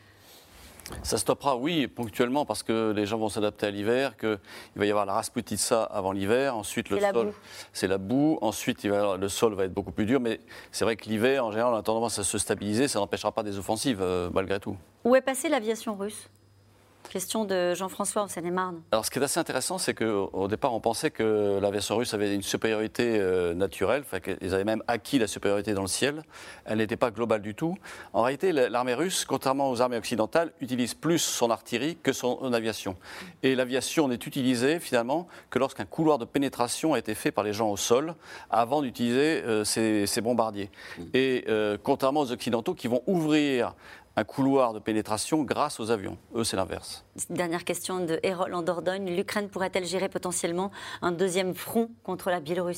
Ça stoppera, oui, ponctuellement, parce que les gens vont s'adapter à l'hiver, qu'il va y avoir la rasputitsa avant l'hiver, ensuite le sol, c'est la boue, ensuite le sol va être beaucoup plus dur, mais c'est vrai que l'hiver, en général, on a tendance à se stabiliser, ça n'empêchera pas des offensives, malgré tout. Où est passée l'aviation russe ? Question de Jean-François en Seine-et-Marne. Alors, ce qui est assez intéressant, c'est qu'au départ, on pensait que l'aviation russe avait une supériorité naturelle, enfin, qu'ils avaient même acquis la supériorité dans le ciel. Elle n'était pas globale du tout. En réalité, l'armée russe, contrairement aux armées occidentales, utilise plus son artillerie que son aviation. Et l'aviation n'est utilisée, finalement, que lorsqu'un couloir de pénétration a été fait par les gens au sol, avant d'utiliser ces bombardiers. Et contrairement aux occidentaux qui vont ouvrir un couloir de pénétration grâce aux avions. Eux, c'est l'inverse. Dernière question de Hérol en Dordogne. L'Ukraine pourrait-elle gérer potentiellement un deuxième front contre la Biélorussie ?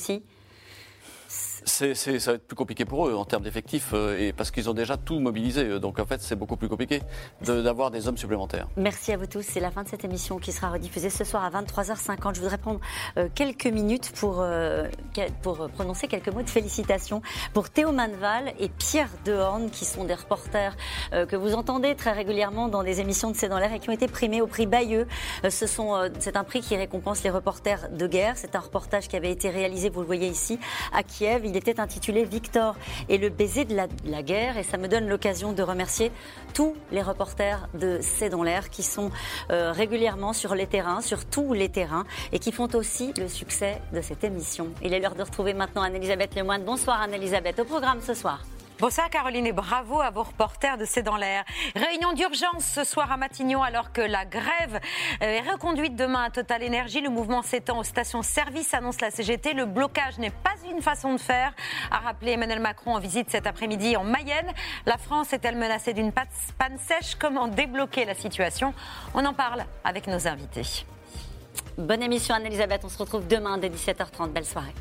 Ça va être plus compliqué pour eux en termes d'effectifs, et parce qu'ils ont déjà tout mobilisé. Donc en fait, c'est beaucoup plus compliqué d'avoir des hommes supplémentaires. Merci à vous tous. C'est la fin de cette émission qui sera rediffusée ce soir à 23h50. Je voudrais prendre quelques minutes pour prononcer quelques mots de félicitations pour Théo Manval et Pierre Dehorne, qui sont des reporters que vous entendez très régulièrement dans des émissions de C'est dans l'air et qui ont été primés au prix Bayeux. C'est un prix qui récompense les reporters de guerre. C'est un reportage qui avait été réalisé, vous le voyez ici, à Kiev. Il était intitulé Victor et le baiser de la guerre, et ça me donne l'occasion de remercier tous les reporters de C'est dans l'air qui sont régulièrement sur les terrains, sur tous les terrains, et qui font aussi le succès de cette émission. Il est l'heure de retrouver maintenant Anne-Elisabeth Lemoine. Bonsoir Anne-Elisabeth, au programme ce soir. Bonsoir Caroline et bravo à vos reporters de C'est dans l'air. Réunion d'urgence ce soir à Matignon alors que la grève est reconduite demain à Total Énergie. Le mouvement s'étend aux stations-service, annonce la CGT. Le blocage n'est pas une façon de faire, a rappelé Emmanuel Macron en visite cet après-midi en Mayenne. La France est-elle menacée d'une panne sèche ? Comment débloquer la situation ? On en parle avec nos invités. Bonne émission Anne-Elisabeth, on se retrouve demain dès 17h30. Belle soirée.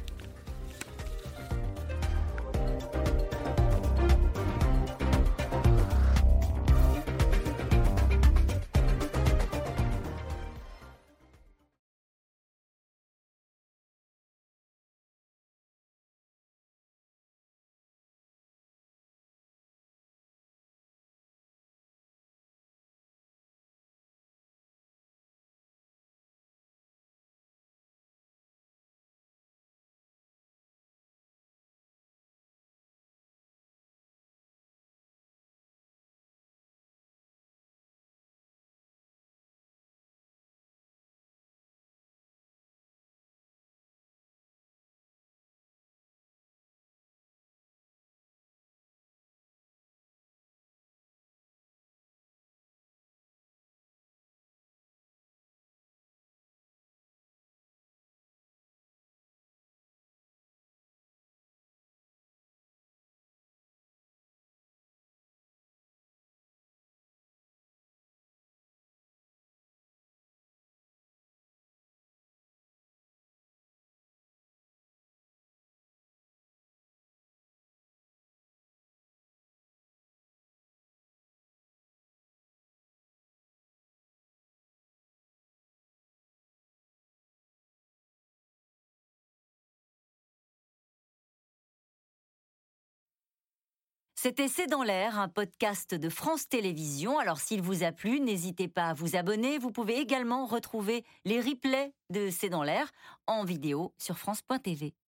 C'était C'est dans l'air, un podcast de France Télévisions. Alors s'il vous a plu, n'hésitez pas à vous abonner. Vous pouvez également retrouver les replays de C'est dans l'air en vidéo sur France.tv.